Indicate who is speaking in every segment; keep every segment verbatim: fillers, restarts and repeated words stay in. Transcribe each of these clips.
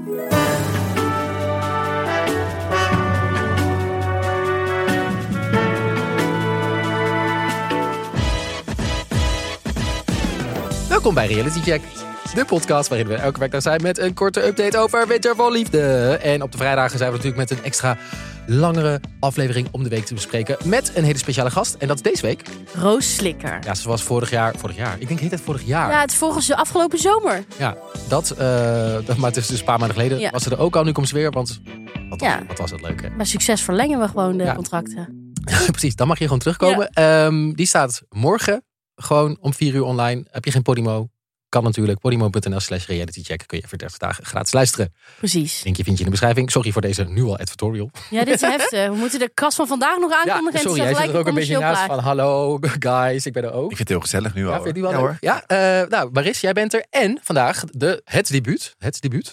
Speaker 1: Welkom bij Reality Check, de podcast waarin we elke week zijn met een korte update over Winter vol Liefde. En op de vrijdagen zijn we natuurlijk met een extra langere aflevering om de week te bespreken met een hele speciale gast. En dat is deze week
Speaker 2: Roos Slikker.
Speaker 1: Ja, ze was vorig jaar, vorig jaar, ik denk heet het vorig jaar.
Speaker 2: Ja, het is volgens de afgelopen zomer.
Speaker 1: Ja, dat, uh, dat maar het is dus een paar maanden geleden. Ja. Was ze er ook al, nu komt ze weer, want wat,
Speaker 2: ja.
Speaker 1: wat was het leuk, hè?
Speaker 2: Maar succes verlengen we gewoon de
Speaker 1: ja.
Speaker 2: contracten.
Speaker 1: Precies, dan mag je gewoon terugkomen. Ja. Um, die staat morgen gewoon om vier uur online. Heb je geen Podimo? Kan natuurlijk. Podimo.nl slash realitycheck. Kun je voor dertig dagen gratis luisteren.
Speaker 2: Precies.
Speaker 1: Linkje vind je in de beschrijving. Sorry voor deze nu al advertorial.
Speaker 2: Ja, dit is heftig. We moeten de kast van vandaag nog aankondigen.
Speaker 1: Ja, sorry,
Speaker 2: en
Speaker 1: jij zit er ook een beetje naast
Speaker 2: plaat.
Speaker 1: van hallo guys, ik ben er ook.
Speaker 3: Ik vind het heel gezellig nu al.
Speaker 1: Ja, vind je die wel
Speaker 3: ja,
Speaker 1: leuk? Ja, uh, nou Maris, jij bent er. En vandaag de, het debuut, het debuut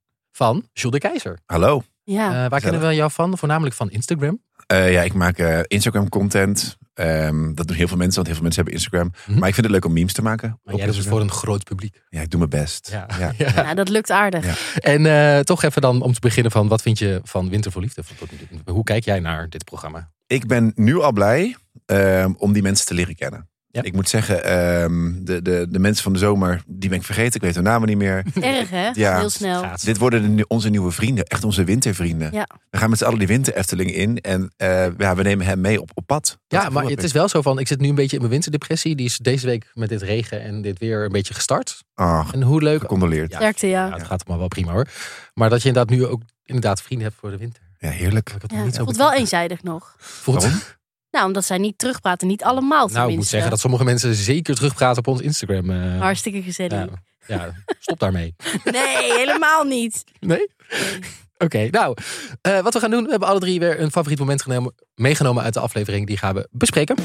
Speaker 1: van Jules de Keizer.
Speaker 3: Hallo.
Speaker 2: Ja.
Speaker 1: Uh, waar gezellig. Kennen we jou van? Voornamelijk van Instagram.
Speaker 3: Uh, ja, ik maak uh, Instagram content. Um, dat doen heel veel mensen, want heel veel mensen hebben Instagram. Mm-hmm. Maar ik vind het leuk om memes te maken.
Speaker 1: Maar jij doet het voor een groot publiek.
Speaker 3: Ja, ik doe mijn best.
Speaker 1: Ja,
Speaker 3: ja.
Speaker 1: ja.
Speaker 2: ja dat lukt aardig.
Speaker 1: Ja. En uh, toch even dan om te beginnen van, wat vind je van Winter vol Liefde? Hoe kijk jij naar dit programma?
Speaker 3: Ik ben nu al blij um, om die mensen te leren kennen. Ja. Ik moet zeggen, um, de, de, de mensen van de zomer, die ben ik vergeten. Ik weet hun namen niet meer.
Speaker 2: Erg, hè?
Speaker 3: Ja.
Speaker 2: Heel snel.
Speaker 1: Gaats.
Speaker 3: Dit worden de, onze nieuwe vrienden. Echt onze wintervrienden.
Speaker 2: Ja.
Speaker 3: We gaan met z'n allen die winter Efteling in. En uh, ja, we nemen hem mee op, op pad. Dat
Speaker 1: ja, maar het ik. is wel zo van, ik zit nu een beetje in mijn winterdepressie. Die is deze week met dit regen en dit weer een beetje gestart.
Speaker 3: Ach,
Speaker 1: en hoe leuk.
Speaker 3: gecondoleerd.
Speaker 2: Ja, Sterkte, ja.
Speaker 1: ja. Het gaat allemaal wel prima hoor. Maar dat je inderdaad nu ook inderdaad vrienden hebt voor de winter.
Speaker 3: Ja, heerlijk.
Speaker 2: Ik ja, niet zo voelt wel eenzijdig nog.
Speaker 1: Voelt
Speaker 2: Nou, omdat zij niet terugpraten. Niet allemaal tenminste.
Speaker 1: Nou, ik moet zeggen dat sommige mensen zeker terugpraten op ons Instagram. Uh,
Speaker 2: Hartstikke gezellig.
Speaker 1: Ja, ja, stop daarmee.
Speaker 2: Nee, helemaal niet.
Speaker 1: Nee? nee. Oké, okay, nou, uh, wat we gaan doen. We hebben alle drie weer een favoriet moment genomen, meegenomen uit de aflevering. Die gaan we bespreken.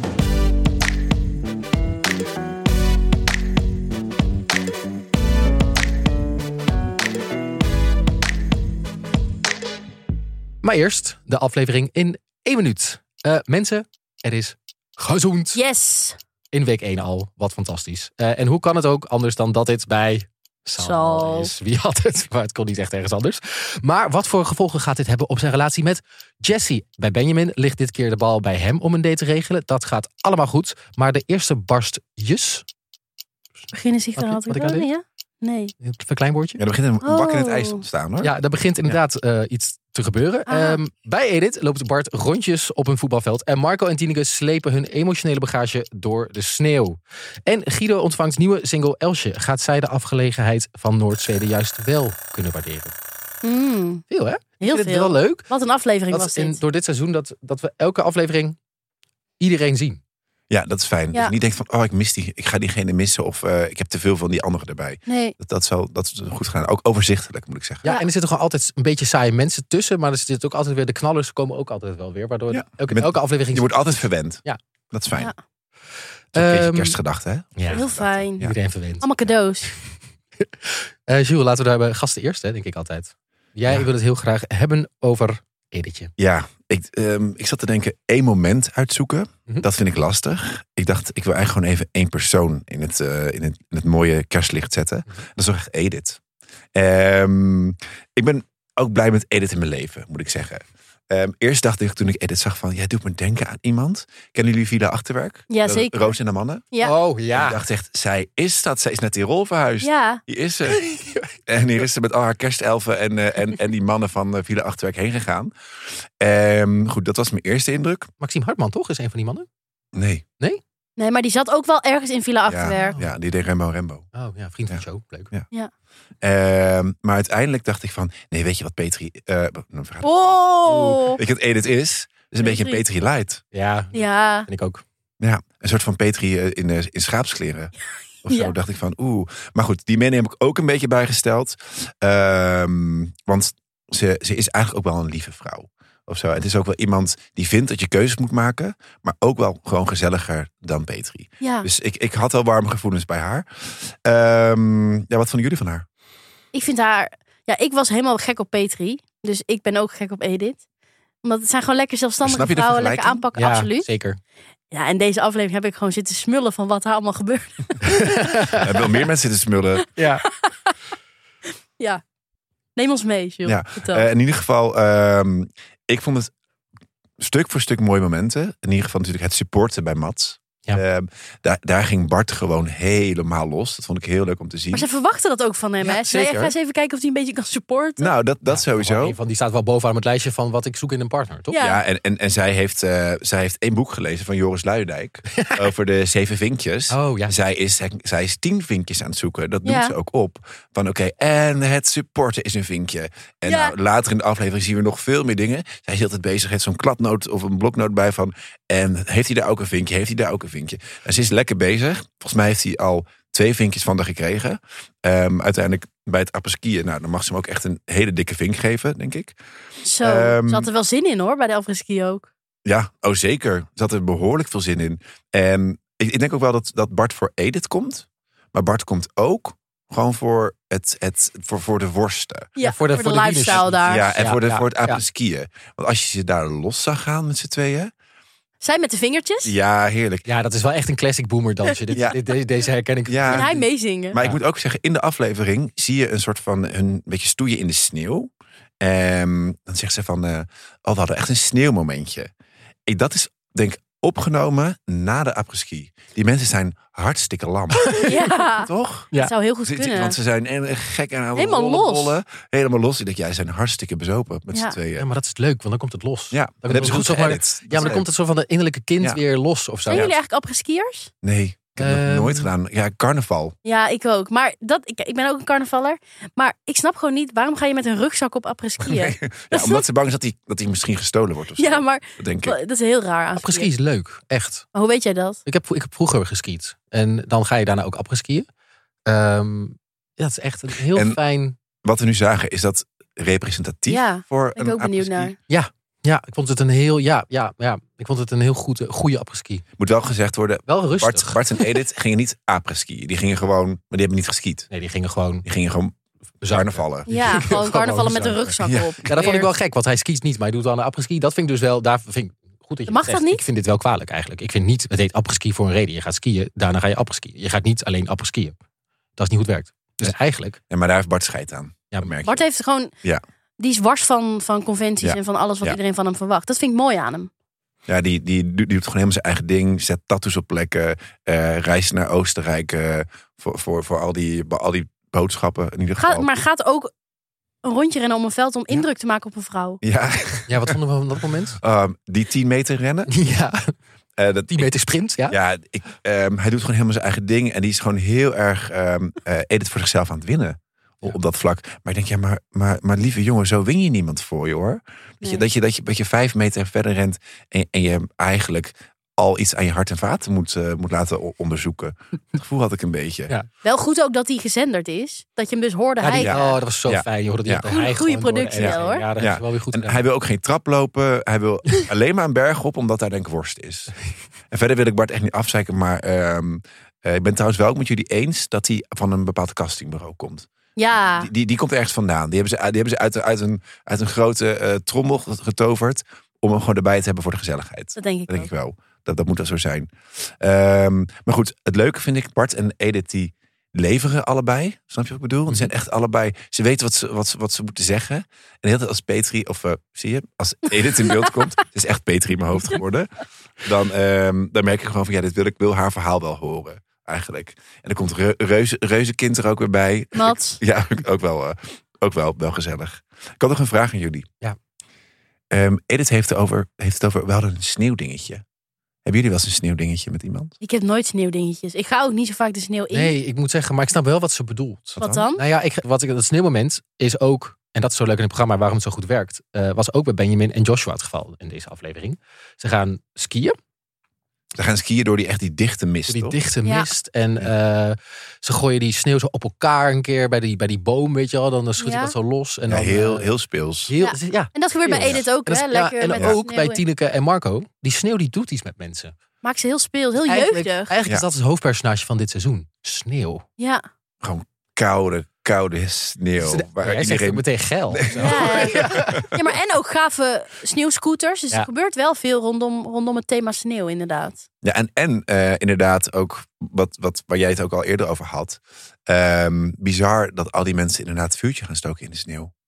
Speaker 1: Maar eerst de aflevering in één minuut. Uh, mensen, er is gezoend.
Speaker 2: Yes.
Speaker 1: In week één al. Wat fantastisch. Uh, en hoe kan het ook anders dan dat dit bij Sal is? Wie had het? Maar het kon niet echt ergens anders. Maar wat voor gevolgen gaat dit hebben op zijn relatie met Jessie? Bij Benjamin ligt dit keer de bal bij hem om een date te regelen. Dat gaat allemaal goed. Maar de eerste barstjes.
Speaker 2: Beginnen zich er altijd wel mee, ja? Nee.
Speaker 1: Een verkleinwoordje?
Speaker 3: Ja, er begint een oh. bak in het ijs te staan, hoor.
Speaker 1: Ja, daar begint inderdaad ja. uh, iets te gebeuren. Ah. Um, bij Edith loopt Bart rondjes op een voetbalveld. En Marco en Tineke slepen hun emotionele bagage door de sneeuw. En Guido ontvangt nieuwe single Elsje. Gaat zij de afgelegenheid van Noord-Zweden juist wel kunnen waarderen?
Speaker 2: Mm.
Speaker 1: Veel, hè?
Speaker 2: Heel veel.
Speaker 1: Het wel leuk.
Speaker 2: Wat een aflevering
Speaker 1: dat
Speaker 2: was dit.
Speaker 1: In, door dit seizoen dat, dat we elke aflevering iedereen zien.
Speaker 3: Ja, dat is fijn. Ja. Dus niet denk van, oh, ik mis die, ik ga diegene missen of uh, ik heb te veel van die anderen erbij.
Speaker 2: Nee.
Speaker 3: Dat, dat, zal, dat is goed gaan. Ook overzichtelijk, moet ik zeggen.
Speaker 1: Ja, ja, en er zitten gewoon altijd een beetje saaie mensen tussen, maar er zitten ook altijd weer de knallers komen ook altijd wel weer, waardoor ja. elke, Met, elke aflevering.
Speaker 3: Je wordt altijd verwend.
Speaker 1: Ja,
Speaker 3: dat is fijn. Ja.
Speaker 1: Een
Speaker 3: um,
Speaker 1: beetje
Speaker 3: kerstgedachte, hè?
Speaker 2: Ja, heel fijn.
Speaker 1: Ja. Iedereen verwend.
Speaker 2: Allemaal cadeaus.
Speaker 1: uh, Jules, laten we daar bij gasten eerst, hè, denk ik altijd. Jij ja. wil het heel graag hebben over Edithje.
Speaker 3: Ja, ik, um, ik zat te denken, één moment uitzoeken. Mm-hmm. Dat vind ik lastig. Ik dacht, ik wil eigenlijk gewoon even één persoon in het, uh, in het, in het mooie kerstlicht zetten. Mm-hmm. Dat is toch echt Edith. Um, ik ben ook blij met Edith in mijn leven, moet ik zeggen. Um, eerst dacht ik, toen ik Edith zag van, jij doet me denken aan iemand. Kennen jullie Villa Achterwerk?
Speaker 2: Ja, zeker.
Speaker 3: Roos en de mannen?
Speaker 2: Ja.
Speaker 1: Oh, ja.
Speaker 3: En ik dacht echt, zij is dat. Zij is net Tirol verhuisd.
Speaker 2: Ja.
Speaker 3: Hier is ze. En hier is ze met al haar kerstelfen en, uh, en, en die mannen van uh, Villa Achterwerk heen gegaan. Um, goed, dat was mijn eerste indruk.
Speaker 1: Maxime Hartman, toch? Is een van die mannen?
Speaker 3: Nee.
Speaker 1: Nee?
Speaker 2: Nee, maar die zat ook wel ergens in Villa Achterwerk.
Speaker 3: Ja, ja, die deed Rembo Rembo.
Speaker 1: Oh ja, vriend van
Speaker 3: ja.
Speaker 1: de show. Leuk.
Speaker 3: Ja.
Speaker 2: ja.
Speaker 3: Um, maar uiteindelijk dacht ik van, nee, weet je wat Petri... Uh, nou,
Speaker 2: oh!
Speaker 3: Weet je wat Edith is? Het is een beetje een Petri light.
Speaker 1: Ja,
Speaker 2: ja.
Speaker 1: vind ik ook.
Speaker 3: Ja, een soort van Petri in, in schaapskleren. Of zo, ja. dacht ik van, oeh. Maar goed, die mening heb ik ook een beetje bijgesteld. Um, want ze, ze is eigenlijk ook wel een lieve vrouw. Of zo. Het is ook wel iemand die vindt dat je keuzes moet maken. Maar ook wel gewoon gezelliger dan Petri.
Speaker 2: Ja.
Speaker 3: Dus ik, ik had wel warme gevoelens bij haar. Um, ja, wat vonden jullie van haar?
Speaker 2: Ik vind haar... Ja, ik was helemaal gek op Petri. Dus ik ben ook gek op Edith. Omdat het zijn gewoon lekker zelfstandige vrouwen. Lekker aanpakken,
Speaker 1: ja,
Speaker 2: absoluut.
Speaker 1: Zeker.
Speaker 2: Ja, en deze aflevering heb ik gewoon zitten smullen van wat er allemaal gebeurt.
Speaker 3: Er hebben wel meer mensen zitten smullen.
Speaker 1: Ja.
Speaker 2: Ja. Neem ons mee, Jules.
Speaker 3: Ja. Uh, in ieder geval, um, ik vond het stuk voor stuk mooie momenten. In ieder geval natuurlijk het supporten bij Mats. Ja. Uh, daar, daar ging Bart gewoon helemaal los. Dat vond ik heel leuk om te zien.
Speaker 2: Maar ze verwachten dat ook van hem. Ja, hè? Ze ga eens even kijken of hij een beetje kan supporten.
Speaker 3: Nou, dat, dat ja, sowieso.
Speaker 1: Van, die staat wel bovenaan het lijstje van wat ik zoek in een partner, toch?
Speaker 3: Ja, ja en, en, en zij, heeft, uh, zij heeft één boek gelezen van Joris Luijendijk. over de zeven vinkjes.
Speaker 1: Oh, ja.
Speaker 3: Zij is, zij is tien vinkjes aan het zoeken. Dat noemt ja. ze ook op. Van oké, okay, en het supporten is een vinkje. En ja. nou, later in de aflevering zien we nog veel meer dingen. Zij is altijd bezig met zo'n kladnoot of een bloknoot bij van... En heeft hij daar ook een vinkje? Heeft hij daar ook een vinkje? En ze is lekker bezig. Volgens mij heeft hij al twee vinkjes van haar gekregen. Um, uiteindelijk bij het apres-skiën. Nou, dan mag ze hem ook echt een hele dikke vink geven, denk ik.
Speaker 2: Zo, um, ze had er wel zin in hoor, bij de apres-ski ook.
Speaker 3: Ja, oh zeker. Ze had er behoorlijk veel zin in. En ik, ik denk ook wel dat, dat Bart voor Edith komt. Maar Bart komt ook gewoon voor, het, het, voor, voor de worsten.
Speaker 2: Ja, ja voor de, voor de, voor de lifestyle daar.
Speaker 3: Ja, en
Speaker 2: ja,
Speaker 3: voor, de,
Speaker 2: ja,
Speaker 3: voor het apres-skiën. Ja. Want als je ze daar los zag gaan met z'n tweeën...
Speaker 2: Zij met de vingertjes?
Speaker 3: Ja, heerlijk.
Speaker 1: Ja, dat is wel echt een classic boomer dansje. Dit, ja. dit, deze, deze herkenning.
Speaker 3: Ja.
Speaker 2: En hij meezingen.
Speaker 3: Maar
Speaker 1: ja.
Speaker 3: ik moet ook zeggen, in de aflevering zie je een soort van een beetje stoeien in de sneeuw. Um, dan zegt ze van, uh, oh, we hadden echt een sneeuwmomentje. Ik, dat is, denk ik, opgenomen na de apres-ski. Die mensen zijn hartstikke lam.
Speaker 2: Ja.
Speaker 3: Toch?
Speaker 2: Ja. Dat zou heel goed kunnen.
Speaker 3: Want ze zijn gek en
Speaker 2: helemaal rollen, los.
Speaker 3: Bollen, helemaal los. Ik denk, jij zijn hartstikke bezopen met
Speaker 2: ja.
Speaker 3: z'n tweeën.
Speaker 1: Ja, maar dat is leuk, want dan komt het los.
Speaker 3: Ja,
Speaker 1: dan
Speaker 3: dat is goed
Speaker 1: zo maar,
Speaker 3: Ja,
Speaker 1: maar dan komt het zo van de innerlijke kind ja. weer los of zo.
Speaker 2: Zijn jullie eigenlijk apres-skiërs?
Speaker 3: Nee. Ik heb um, dat nooit gedaan. Ja, carnaval.
Speaker 2: Ja, ik ook. Maar dat, ik, ik ben ook een carnavaller. Maar ik snap gewoon niet, waarom ga je met een rugzak op apres-skiën?
Speaker 3: Nee. Ja, omdat ze bang is dat hij dat misschien gestolen wordt of zo.
Speaker 2: Ja, maar
Speaker 3: dat, denk ik.
Speaker 2: dat is heel raar aan
Speaker 1: apres-ski is leuk, echt.
Speaker 2: Maar hoe weet jij dat?
Speaker 1: Ik heb, ik heb vroeger geskiet. En dan ga je daarna ook apres-skiën. Um, ja, dat is echt een heel
Speaker 3: en
Speaker 1: fijn...
Speaker 3: Wat we nu zagen, is dat representatief
Speaker 2: ja,
Speaker 3: voor
Speaker 2: ben ik
Speaker 3: een
Speaker 2: ook benieuwd naar.
Speaker 1: Ja. Ja, ik vond het een heel, ja, ja, ja, ik vond het een heel goed, goede apres-ski.
Speaker 3: Moet wel gezegd worden,
Speaker 1: wel rustig.
Speaker 3: Bart, Bart en Edith gingen niet apres-ski. Die gingen gewoon, maar die hebben niet geskiet.
Speaker 1: Nee, die gingen gewoon...
Speaker 3: Die gingen gewoon carnavallen.
Speaker 2: Ja, gewoon carnavallen met een rugzak
Speaker 1: ja.
Speaker 2: op.
Speaker 1: Ja, dat vond ik wel gek, want hij skiet niet, maar hij doet wel een apres-ski. Dat vind ik dus wel, daar vind ik goed dat je
Speaker 2: Mag dat, dat niet?
Speaker 1: Ik vind dit wel kwalijk eigenlijk. Ik vind niet, het heet apres-ski voor een reden. Je gaat skiën, daarna ga je apres-skiën. Je gaat niet alleen apres-skiën. Dat is niet hoe het werkt. Dus ja. eigenlijk...
Speaker 3: Ja, maar daar heeft Bart scheid aan.
Speaker 1: Ja,
Speaker 3: merk
Speaker 2: Bart heeft gewoon...
Speaker 3: Ja.
Speaker 2: Die is wars van, van conventies
Speaker 3: ja.
Speaker 2: en van alles wat
Speaker 3: ja.
Speaker 2: iedereen van hem verwacht. Dat vind ik mooi aan hem.
Speaker 3: Ja, die, die, die doet gewoon helemaal zijn eigen ding. Zet tattoos op plekken. Uh, reist naar Oostenrijk. Uh, voor, voor, voor al die, al die boodschappen in ieder geval.
Speaker 2: Gaat, maar gaat ook een rondje rennen om een veld om indruk ja. te maken op een vrouw.
Speaker 3: Ja,
Speaker 1: ja wat vonden we van dat moment?
Speaker 3: Um, die tien meter rennen.
Speaker 1: Ja,
Speaker 3: uh, dat,
Speaker 1: tien meter sprint. Ja,
Speaker 3: ja ik, um, hij doet gewoon helemaal zijn eigen ding. En die is gewoon heel erg um, uh, Edith voor zichzelf aan het winnen. Ja. Op dat vlak. Maar ik denk, ja, maar, maar, maar lieve jongen, zo win je niemand voor je hoor. Dat, nee. je, dat, je, dat, je, dat je vijf meter verder rent en, en je eigenlijk al iets aan je hart en vaten moet, uh, moet laten onderzoeken. Dat gevoel had ik een beetje.
Speaker 1: Ja.
Speaker 2: Wel goed ook dat hij gezenderd is. Dat je hem dus hoorde.
Speaker 1: Ja, die,
Speaker 2: hij...
Speaker 1: Oh, dat was zo ja. fijn. Je hoorde die
Speaker 2: ja. Goeie, goede productie
Speaker 1: ja.
Speaker 2: wel hoor.
Speaker 1: Ja, dat
Speaker 3: ja.
Speaker 1: is wel weer goed.
Speaker 3: En hij wil ook geen trap lopen. Hij wil alleen maar een berg op, omdat daar denk ik worst is. En verder wil ik Bart echt niet afzeiken. Maar um, uh, ik ben trouwens wel ook met jullie eens dat hij van een bepaald castingbureau komt.
Speaker 2: Ja.
Speaker 3: Die, die, die komt ergens vandaan. Die hebben ze, die hebben ze uit, uit, een, uit een grote uh, trommel getoverd. Om hem gewoon erbij te hebben voor de gezelligheid.
Speaker 2: Dat denk ik,
Speaker 3: dat denk
Speaker 2: ook.
Speaker 3: ik wel. Dat, dat moet wel zo zijn. Um, maar goed, het leuke vind ik, Bart en Edith die leveren allebei. Snap je wat ik bedoel? Want ze zijn echt allebei. Ze weten wat ze, wat, ze, wat ze moeten zeggen. En de hele tijd als Petri, of uh, zie je, als Edith in beeld komt. Het is echt Petri in mijn hoofd geworden. Dan, um, dan merk ik gewoon van ja, dit wil ik wil haar verhaal wel horen. Eigenlijk. En dan komt Reuze, Reuzenkind er ook weer bij.
Speaker 2: Mats.
Speaker 3: Ja, ook wel, uh, ook wel, wel gezellig. Ik had nog een vraag aan jullie.
Speaker 1: Ja.
Speaker 3: Um, Edith heeft het over, heeft het over, we hadden een sneeuwdingetje. Hebben jullie wel eens een sneeuwdingetje met iemand?
Speaker 2: Ik heb nooit sneeuwdingetjes. Ik ga ook niet zo vaak de sneeuw in.
Speaker 1: Nee, ik moet zeggen, maar ik snap wel wat ze bedoelt.
Speaker 2: Wat dan?
Speaker 1: Nou ja, ik, wat ik, het sneeuwmoment is ook, en dat is zo leuk in het programma waarom het zo goed werkt, uh, was ook bij Benjamin en Joshua het geval in deze aflevering. Ze gaan skiën.
Speaker 3: Ze gaan skiën door die echt die dichte mist.
Speaker 1: Door die
Speaker 3: toch?
Speaker 1: dichte
Speaker 2: ja.
Speaker 1: mist. En uh, ze gooien die sneeuw zo op elkaar een keer bij die, bij die boom, weet je wel. Dan schudt
Speaker 2: ja.
Speaker 1: je dat zo los. En
Speaker 3: ja,
Speaker 1: dan,
Speaker 3: heel,
Speaker 1: uh,
Speaker 3: heel speels.
Speaker 1: Heel,
Speaker 2: ja.
Speaker 1: ja.
Speaker 2: En dat gebeurt bij Edith ook,
Speaker 1: en
Speaker 2: hè?
Speaker 1: Dat,
Speaker 2: Lekker
Speaker 1: ja, en
Speaker 2: met
Speaker 1: ook bij
Speaker 2: in.
Speaker 1: Tineke en Marco. Die sneeuw die doet iets met mensen.
Speaker 2: Maakt ze heel speels, heel
Speaker 1: eigenlijk,
Speaker 2: jeugdig.
Speaker 1: Eigenlijk
Speaker 3: ja.
Speaker 1: is dat het hoofdpersonage van dit seizoen. Sneeuw.
Speaker 2: Ja.
Speaker 3: Gewoon koude, koude sneeuw.
Speaker 1: Waar jij iedereen... zegt meteen geil. Nee.
Speaker 2: Ja, ja. ja, maar en ook gave sneeuwscooters. Dus ja. er gebeurt wel veel rondom, rondom het thema sneeuw, inderdaad.
Speaker 3: Ja, en, en uh, inderdaad ook wat, wat, waar jij het ook al eerder over had. Um, bizar dat al die mensen inderdaad vuurtje gaan stoken in de sneeuw.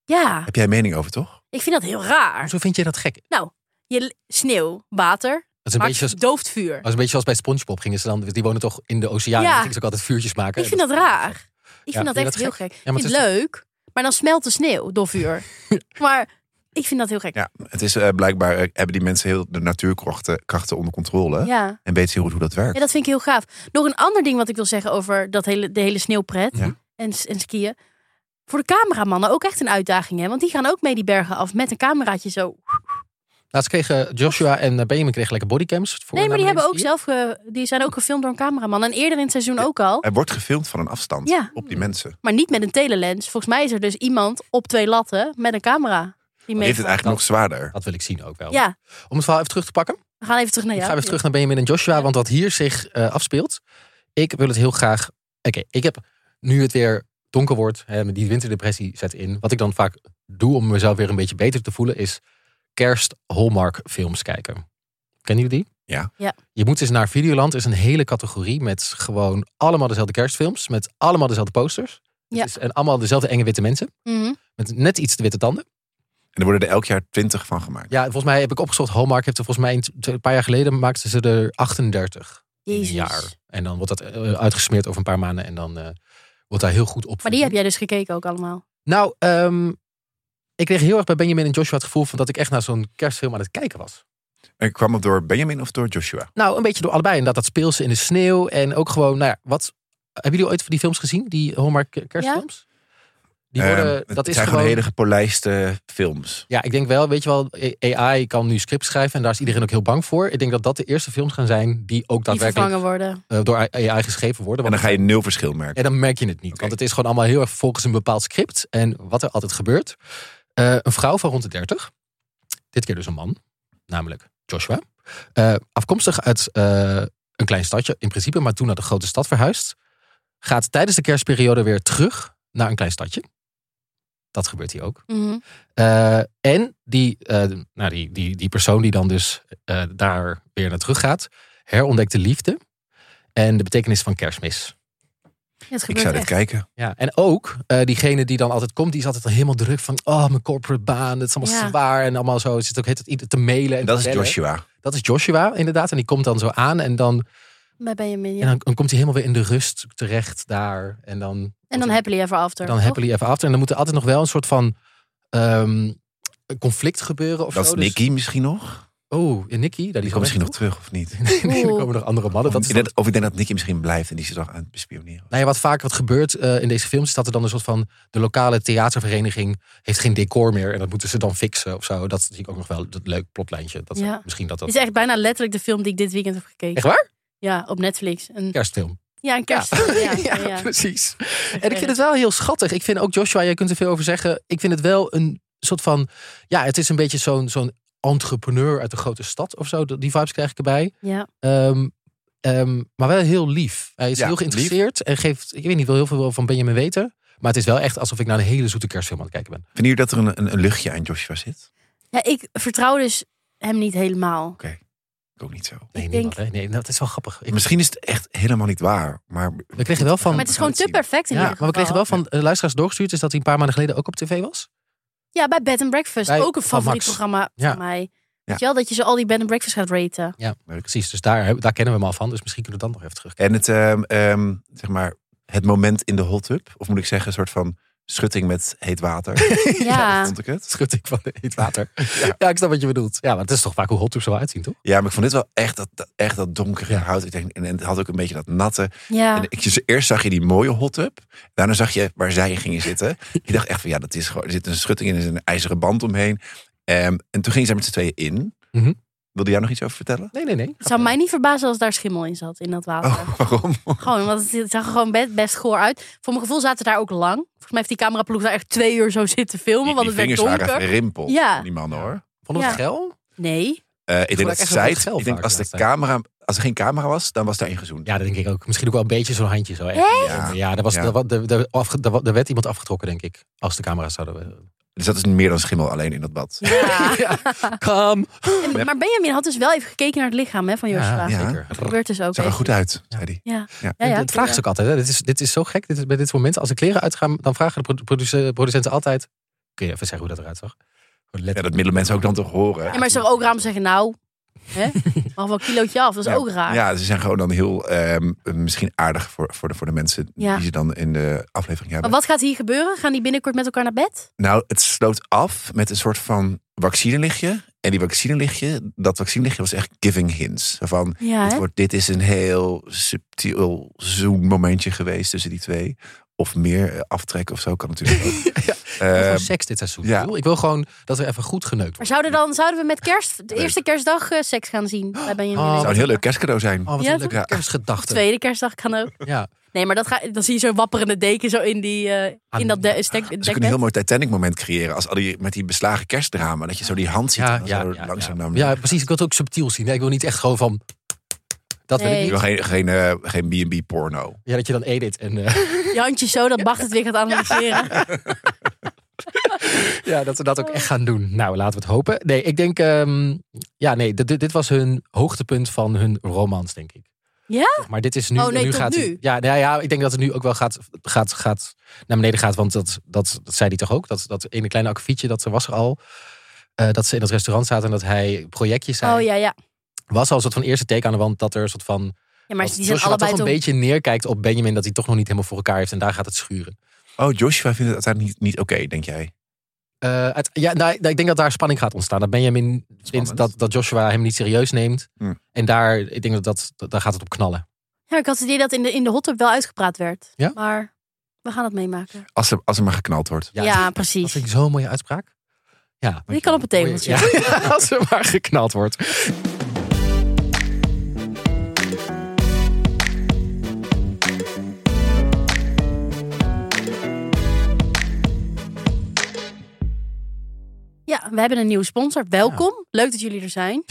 Speaker 2: Ja.
Speaker 3: Heb jij een mening over, toch?
Speaker 2: Ik vind dat heel raar.
Speaker 1: Zo vind je dat gek?
Speaker 2: Nou, je, sneeuw, water,
Speaker 1: dat is een beetje als,
Speaker 2: dooft vuur.
Speaker 1: Dat is een beetje zoals bij SpongeBob. Gingen ze dan, die wonen toch in de oceaan. Ja. En gingen ze ook altijd vuurtjes maken.
Speaker 2: Ik vind dat, dat raar. Ik vind ja, dat echt dat heel gek. gek. Ja, ik vind het leuk, maar dan smelt de sneeuw door vuur. Maar ik vind dat heel gek.
Speaker 3: Ja, het is uh, blijkbaar uh, hebben die mensen heel de natuurkrachten krachten onder controle.
Speaker 2: Ja.
Speaker 3: En weten heel goed hoe dat werkt.
Speaker 2: Ja, dat vind ik heel gaaf. Nog een ander ding wat ik wil zeggen over dat hele, de hele sneeuwpret ja. en, en skiën. Voor de cameramannen ook echt een uitdaging, hè? Want die gaan ook mee die bergen af met een cameraatje zo.
Speaker 1: Laatst kregen Joshua en Benjamin kregen lekker bodycams. Voor
Speaker 2: nee, maar die hebben ook zelf, ge, die zijn ook gefilmd door een cameraman. En eerder in het seizoen ook al.
Speaker 3: Er wordt gefilmd van een afstand ja. op die mensen.
Speaker 2: Maar niet met een telelens. Volgens mij is er dus iemand op twee latten met een camera. Die
Speaker 3: heeft het eigenlijk nog zwaarder.
Speaker 1: Dat wil ik zien ook wel.
Speaker 2: Ja.
Speaker 1: Om het verhaal even terug te pakken.
Speaker 2: We gaan even terug naar jou.
Speaker 1: Ik ga even terug naar Benjamin en Joshua. Ja. Want wat hier zich uh, afspeelt. Ik wil het heel graag. Oké, okay, ik heb nu het weer donker wordt. Hè, die winterdepressie zet in. Wat ik dan vaak doe om mezelf weer een beetje beter te voelen. Is kerst Hallmark films kijken. Kennen jullie die?
Speaker 3: Ja.
Speaker 2: ja.
Speaker 1: Je moet eens naar Videoland. Er is een hele categorie met gewoon allemaal dezelfde kerstfilms. Met allemaal dezelfde posters. Ja. Het is, en allemaal dezelfde enge witte mensen.
Speaker 2: Mm-hmm.
Speaker 1: Met net iets te witte tanden.
Speaker 3: En er worden er elk jaar twintig van gemaakt.
Speaker 1: Ja, volgens mij heb ik opgezocht. Hallmark heeft er volgens mij een paar jaar geleden maakten ze er achtendertig.
Speaker 2: Jezus.
Speaker 1: In een jaar. En dan wordt dat uitgesmeerd over een paar maanden. En dan uh, wordt daar heel goed op.
Speaker 2: Maar die heb jij dus gekeken ook allemaal?
Speaker 1: Nou, um, ik kreeg heel erg bij Benjamin en Joshua het gevoel van dat ik echt naar zo'n kerstfilm aan het kijken was.
Speaker 3: En kwam het door Benjamin of door Joshua?
Speaker 1: Nou, een beetje door allebei. En dat dat speelse in de sneeuw. En ook gewoon, nou ja, wat... Hebben jullie ooit van die films gezien? Die Hallmark kerstfilms? Ja? Die worden,
Speaker 3: um,
Speaker 1: dat
Speaker 3: het
Speaker 1: is
Speaker 3: zijn
Speaker 1: gewoon
Speaker 3: hele gepolijste films.
Speaker 1: Ja, ik denk wel, weet je wel, A I kan nu scripts schrijven en daar is iedereen ook heel bang voor. Ik denk dat dat de eerste films gaan zijn die ook daadwerkelijk
Speaker 2: die worden.
Speaker 1: Uh, door A I geschreven worden.
Speaker 3: En dan ga je nul verschil merken.
Speaker 1: En dan merk je het niet, okay. Want het is gewoon allemaal heel erg volgens een bepaald script. En wat er altijd gebeurt, uh, een vrouw van rond de dertig, dit keer dus een man, namelijk Joshua, uh, afkomstig uit uh, een klein stadje in principe, maar toen naar de grote stad verhuisd, gaat tijdens de kerstperiode weer terug naar een klein stadje. Dat gebeurt hier ook.
Speaker 2: Mm-hmm.
Speaker 1: Uh, en die, uh, nou die, die, die persoon die dan dus uh, daar weer naar terug gaat, herontdekt de liefde en de betekenis van kerstmis.
Speaker 2: Ja,
Speaker 3: ik zou dit echt kijken.
Speaker 1: Ja, en ook uh, diegene die dan altijd komt, die is altijd helemaal druk van, oh, mijn corporate baan, het is allemaal ja. zwaar en allemaal zo. Het zit ook het te mailen. En
Speaker 3: dat
Speaker 1: te
Speaker 3: is Joshua.
Speaker 1: Dat is Joshua, inderdaad. En die komt dan zo aan en dan,
Speaker 2: bij Benjamin, ja.
Speaker 1: en dan, dan komt hij helemaal weer in de rust terecht daar. En dan,
Speaker 2: en dan happily ever after.
Speaker 1: Dan happily ever after. En dan moet er altijd nog wel een soort van um, conflict gebeuren. Of
Speaker 3: dat
Speaker 1: zo.
Speaker 3: is Nicky dus, misschien nog.
Speaker 1: Oh, en Nicky. Die
Speaker 3: komt misschien nog terug, of niet?
Speaker 1: Nee, er komen nog andere mannen.
Speaker 3: Of,
Speaker 1: dat
Speaker 3: ik denk, of ik denk dat Nicky misschien blijft en die zit toch aan het bespioneren.
Speaker 1: Nou ja, wat vaak wat gebeurt uh, in deze films is dat er dan een soort van de lokale theatervereniging heeft geen decor meer en dat moeten ze dan fixen of zo. Dat zie ik ook nog wel, dat leuk plotlijntje. Dat
Speaker 2: ja.
Speaker 1: misschien dat dat.
Speaker 2: Het is echt bijna letterlijk de film die ik dit weekend heb gekeken.
Speaker 1: Echt waar?
Speaker 2: Ja, op Netflix. Een
Speaker 1: kerstfilm.
Speaker 2: Ja, een kerstfilm. Ja,
Speaker 1: ja, ja, ja, precies. En ik vind het wel heel schattig. Ik vind ook Joshua, jij kunt er veel over zeggen. Ik vind het wel een soort van, ja, het is een beetje zo'n zo'n entrepreneur uit de grote stad of zo. Die vibes krijg ik erbij.
Speaker 2: Ja.
Speaker 1: Um, um, maar wel heel lief. Hij is ja, heel geïnteresseerd lief. En geeft, ik weet niet, wil heel veel van Benjamin weten. Maar het is wel echt alsof ik naar een hele zoete kerstfilm aan het kijken ben.
Speaker 3: Vinden jullie dat er een, een, een luchtje aan Joshua zit?
Speaker 2: Ja, ik vertrouw dus hem niet helemaal.
Speaker 3: Oké, okay. Ik ook niet zo.
Speaker 1: Nee, niemand, hè? Nee, dat is wel grappig. Ik...
Speaker 3: Misschien is het echt helemaal niet waar. Maar
Speaker 1: we kregen wel van.
Speaker 2: Maar het is gewoon te perfect in
Speaker 1: ja,
Speaker 2: ieder geval.
Speaker 1: Maar we kregen wel van uh, luisteraars doorgestuurd is dat hij een paar maanden geleden ook op tv was.
Speaker 2: Ja, bij Bed and Breakfast. Bij, ook een favoriet programma
Speaker 1: ja.
Speaker 2: van mij.
Speaker 3: Ja.
Speaker 2: Weet je wel, dat je zo al die Bed and Breakfast gaat raten.
Speaker 1: Ja, precies. Dus daar, daar kennen we hem al van. Dus misschien kunnen we dan nog even terug.
Speaker 3: En het, um, um, zeg maar, het moment in de hot tub. Of moet ik zeggen, een soort van schutting met heet water.
Speaker 2: Ja,
Speaker 3: ja vond ik het.
Speaker 1: Schutting van heet water. ja. ja, ik snap wat je bedoelt. Ja, maar het is toch vaak hoe hot tubs zo uitzien, toch?
Speaker 3: Ja, maar ik vond dit wel echt dat, dat, echt dat donkere ja. hout. Ik denk, en, en het had ook een beetje dat natte.
Speaker 2: Ja.
Speaker 3: En ik, eerst zag je die mooie hot tub. Daarna zag je waar zij gingen zitten. Je dacht echt van, ja, dat is gewoon, er zit een schutting in, er is een ijzeren band omheen. Um, en toen gingen zij met z'n tweeën in.
Speaker 1: Mm-hmm.
Speaker 3: Wilde jij nog iets over vertellen?
Speaker 1: Nee, nee, nee.
Speaker 2: Het zou mij niet verbazen als daar schimmel in zat, in dat water.
Speaker 3: Oh, waarom?
Speaker 2: Gewoon, want het zag er gewoon best, best goor uit. Voor mijn gevoel zaten daar ook lang. Volgens mij heeft die cameraploeg daar echt twee uur zo zitten filmen.
Speaker 3: Die,
Speaker 2: want
Speaker 3: die
Speaker 2: het werd donker.
Speaker 3: waren rimpeld,
Speaker 2: ja.
Speaker 3: die mannen hoor.
Speaker 1: Vond het ja. geil?
Speaker 2: Nee.
Speaker 3: Uh, ik denk dat zij het, ik denk als de camera, als er geen camera was, dan was daar ingezoomd.
Speaker 1: Ja, dat denk ik ook. Misschien ook wel een beetje zo'n handje zo. Echt.
Speaker 2: Ja,
Speaker 1: ja, daar was, ja. Er, er, er, er werd iemand afgetrokken, denk ik. Als de camera's zouden.
Speaker 3: Dus dat is meer dan schimmel alleen in dat bad.
Speaker 2: Ja.
Speaker 1: ja. Kom.
Speaker 2: En, maar Benjamin had dus wel even gekeken naar het lichaam hè, van Joshua.
Speaker 3: Ja, ja. Zeker.
Speaker 2: Dat gebeurt dus ook.
Speaker 3: Zag er goed uit, zei hij.
Speaker 2: Ja.
Speaker 3: Ja.
Speaker 2: Ja, ja,
Speaker 1: het vraagt ze ook altijd. Hè. Dit, is, dit is zo gek. Dit is, bij dit soort momenten, als de kleren uitgaan, dan vragen de producenten altijd: Kun je even zeggen hoe dat eruit zag?
Speaker 3: Ja, dat willen mensen ook dan toch horen.
Speaker 2: Ja, maar ze ook raar om zeggen, nou, hè? Mag wel een kilootje af, dat is
Speaker 3: ja,
Speaker 2: ook raar.
Speaker 3: Ja, ze zijn gewoon dan heel um, misschien aardig voor, voor, de, voor de mensen
Speaker 2: ja.
Speaker 3: die ze dan in de aflevering hebben.
Speaker 2: Maar wat gaat hier gebeuren? Gaan die binnenkort met elkaar naar bed?
Speaker 3: Nou, het sloot af met een soort van vaccinelichtje. En die vaccinelichtje, dat vaccinelichtje was echt giving hints. Van,
Speaker 2: ja,
Speaker 3: dit, wordt, dit is een heel subtiel zoommomentje geweest tussen die twee. Of meer aftrekken of zo kan natuurlijk ook.
Speaker 1: ja. Uh, gewoon seks dit seizoen. Ja. Ik wil gewoon dat er even goed geneukt wordt.
Speaker 2: Maar zouden, dan, zouden we met kerst, de eerste kerstdag uh, seks gaan zien? Bij Benjamin
Speaker 3: oh, zou een heel leuk kerstcadeau zijn.
Speaker 1: Oh, wat
Speaker 2: ja,
Speaker 1: een leuke ja. kerstgedachte.
Speaker 2: Tweede kerstdag kan ook.
Speaker 1: Ja.
Speaker 2: Nee, maar dat ga, dan zie je zo'n wapperende deken zo in, die, uh, in dat de, stek,
Speaker 3: Ze kunnen een heel mooi Titanic moment creëren. Als al die, met die beslagen kerstdrama. Dat je zo die hand ziet.
Speaker 1: Ja,
Speaker 3: en
Speaker 1: ja,
Speaker 3: zo
Speaker 1: ja,
Speaker 3: langzaam
Speaker 1: ja.
Speaker 3: naar
Speaker 1: ja, precies. Ik wil het ook subtiel zien. Nee, ik wil niet echt gewoon van... Dat
Speaker 2: nee.
Speaker 1: wil ik niet.
Speaker 3: Geen, geen, uh, geen B en B porno.
Speaker 1: Ja, dat je dan edit. En, uh...
Speaker 2: Je handje zo, dat Bart het weer gaat analyseren.
Speaker 1: Ja, dat we dat ook echt gaan doen. Nou, laten we het hopen. Nee, ik denk... Um, ja, nee, dit, dit was hun hoogtepunt van hun romance, denk ik.
Speaker 2: Ja?
Speaker 1: Maar dit is nu...
Speaker 2: Oh nee,
Speaker 1: nu
Speaker 2: tot
Speaker 1: gaat
Speaker 2: nu?
Speaker 1: Hij, ja, nou ja, ik denk dat het nu ook wel gaat, gaat, gaat naar beneden gaat. Want dat, dat, dat zei hij toch ook? Dat, dat ene kleine akkefietje, dat was er al. Uh, dat ze in het restaurant zaten en dat hij projectjes zei.
Speaker 2: Oh ja, ja.
Speaker 1: Was al een soort van eerste teken aan de wand dat er een soort van...
Speaker 2: Ja, maar die zijn
Speaker 1: Joshua
Speaker 2: allebei
Speaker 1: toch een
Speaker 2: toch...
Speaker 1: beetje neerkijkt op Benjamin, dat hij toch nog niet helemaal voor elkaar heeft. En daar gaat het schuren.
Speaker 3: Oh, Joshua vindt het uiteindelijk niet, niet oké, okay, denk jij?
Speaker 1: Uh, het, ja, nou, ik denk dat daar spanning gaat ontstaan. Dat Benjamin vindt dat, dat Joshua hem niet serieus neemt. Hmm. En daar, ik denk dat, dat, dat daar gaat het op knallen.
Speaker 2: Ja, ik had het idee dat in de, in de hot tub wel uitgepraat werd.
Speaker 1: Ja?
Speaker 2: Maar we gaan het meemaken.
Speaker 3: Als er, als er maar geknald wordt.
Speaker 2: Ja, ja precies.
Speaker 1: Dat vind ik zo'n mooie uitspraak. Ja,
Speaker 2: die kan op het tegeltje.
Speaker 1: Ja, ja, als er maar geknald wordt.
Speaker 2: Ja, we hebben een nieuwe sponsor. Welkom. Ja. Leuk dat jullie er zijn.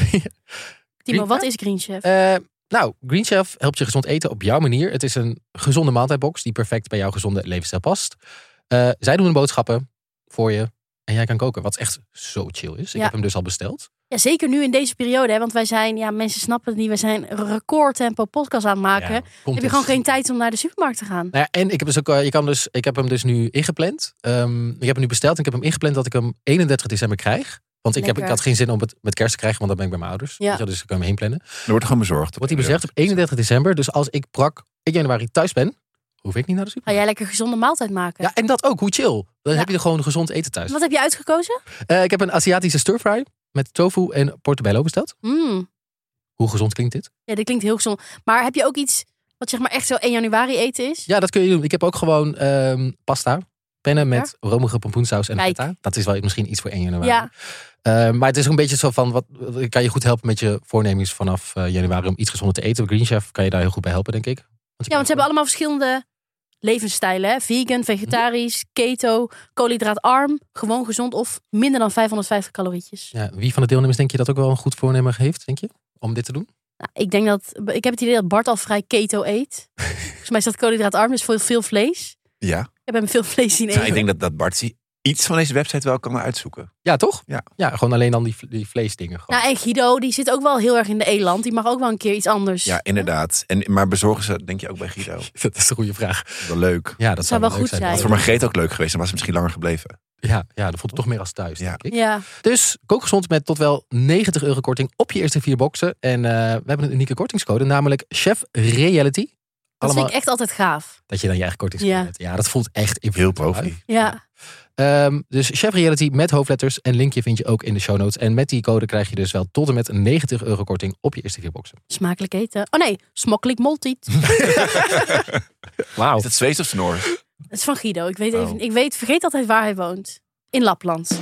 Speaker 2: Timo, wat is Green Chef?
Speaker 1: Uh, nou, Green Chef helpt je gezond eten op jouw manier. Het is een gezonde maaltijdbox die perfect bij jouw gezonde levensstijl past. Uh, zij doen de boodschappen voor je en jij kan koken. Wat echt zo chill is. Ik
Speaker 2: ja.
Speaker 1: heb hem dus al besteld.
Speaker 2: Ja, zeker nu in deze periode. Hè, want wij zijn, ja, mensen snappen het niet. We zijn recordtempo podcast aan het maken. Ja, heb je gewoon geen tijd om naar de supermarkt te gaan.
Speaker 1: Nou ja, en ik heb, dus ook, uh, je kan dus, ik heb hem dus nu ingepland. Um, ik heb hem nu besteld en ik heb hem ingepland dat ik hem eenendertig december krijg. Want ik, heb, ik had geen zin om het met kerst te krijgen, want dan ben ik bij mijn ouders.
Speaker 2: Ja.
Speaker 1: Dus ik kan hem heen plannen.
Speaker 3: Er wordt gewoon bezorgd.
Speaker 1: Wordt hij bezorgd op eenendertig december. Dus als ik brak één januari thuis ben, hoef ik niet naar de supermarkt.
Speaker 2: Ga jij lekker gezonde maaltijd maken?
Speaker 1: Ja, en dat ook. Hoe chill. Dan ja. heb je er gewoon gezond eten thuis.
Speaker 2: Wat heb je uitgekozen?
Speaker 1: Uh, ik heb een Aziatische stir-fry met tofu en portobello besteld.
Speaker 2: Mm.
Speaker 1: Hoe gezond klinkt dit?
Speaker 2: Ja, dit klinkt heel gezond. Maar heb je ook iets wat zeg maar echt zo één januari eten is?
Speaker 1: Ja, dat kun je doen. Ik heb ook gewoon um, pasta. Pennen met ja. romige pompoensaus en
Speaker 2: Kijk.
Speaker 1: feta. Dat is wel misschien iets voor één januari.
Speaker 2: Ja.
Speaker 1: Uh, maar het is ook een beetje zo van, wat kan je goed helpen met je voornemens vanaf uh, januari om iets gezonder te eten. Green Chef kan je daar heel goed bij helpen, denk ik. Want
Speaker 2: ja, want ze hebben allemaal verschillende levensstijlen. Hè? Vegan, vegetarisch, keto, koolhydraatarm, gewoon gezond of minder dan vijfhonderdvijftig calorietjes.
Speaker 1: Ja, wie van de deelnemers denk je dat ook wel een goed voornemen heeft, denk je? Om dit te doen?
Speaker 2: Nou, ik denk dat, ik heb het idee dat Bart al vrij keto eet. Volgens mij is dat koolhydraatarm, dus veel, veel vlees.
Speaker 3: Ja.
Speaker 2: Ik heb hem veel vlees zien eten.
Speaker 3: Nou, ik denk dat, dat Bart iets van deze website wel kan uitzoeken.
Speaker 1: Ja, toch?
Speaker 3: Ja,
Speaker 1: ja gewoon alleen dan die, die vleesdingen. Gewoon.
Speaker 2: Nou, en Guido, die zit ook wel heel erg in de eland. Die mag ook wel een keer iets anders.
Speaker 3: Ja, inderdaad. En, maar bezorgen ze, denk je, ook bij Guido?
Speaker 1: Dat is een goede vraag.
Speaker 3: Wel leuk.
Speaker 1: Ja, dat,
Speaker 2: dat zou wel, wel goed zijn.
Speaker 3: Dat was voor Margreet ook leuk geweest. Dan was ze misschien langer gebleven.
Speaker 1: Ja, ja, dat voelt het toch meer als thuis,
Speaker 3: ja.
Speaker 1: denk ik.
Speaker 2: Ja.
Speaker 1: Dus kookgezond met tot wel negentig euro korting op je eerste vier boxen. En uh, we hebben een unieke kortingscode, namelijk Chef Reality.
Speaker 2: Dat
Speaker 1: Allemaal,
Speaker 2: vind ik echt altijd gaaf.
Speaker 1: Dat je dan je eigen kortingscode
Speaker 2: ja.
Speaker 1: hebt. Ja, dat voelt echt
Speaker 3: heel profi.
Speaker 2: Ja.
Speaker 1: Um, dus Chef Reality met hoofdletters en linkje vind je ook in de show notes. En met die code krijg je dus wel tot en met negentig euro korting op je eerste vier boxen.
Speaker 2: Smakelijk eten. Oh nee, smokkelijk moltiet.
Speaker 3: Wauw. Is dat Zweeds of Noors?
Speaker 2: Het is van Guido. Ik weet, even, oh. ik weet, vergeet altijd waar hij woont. In Lapland.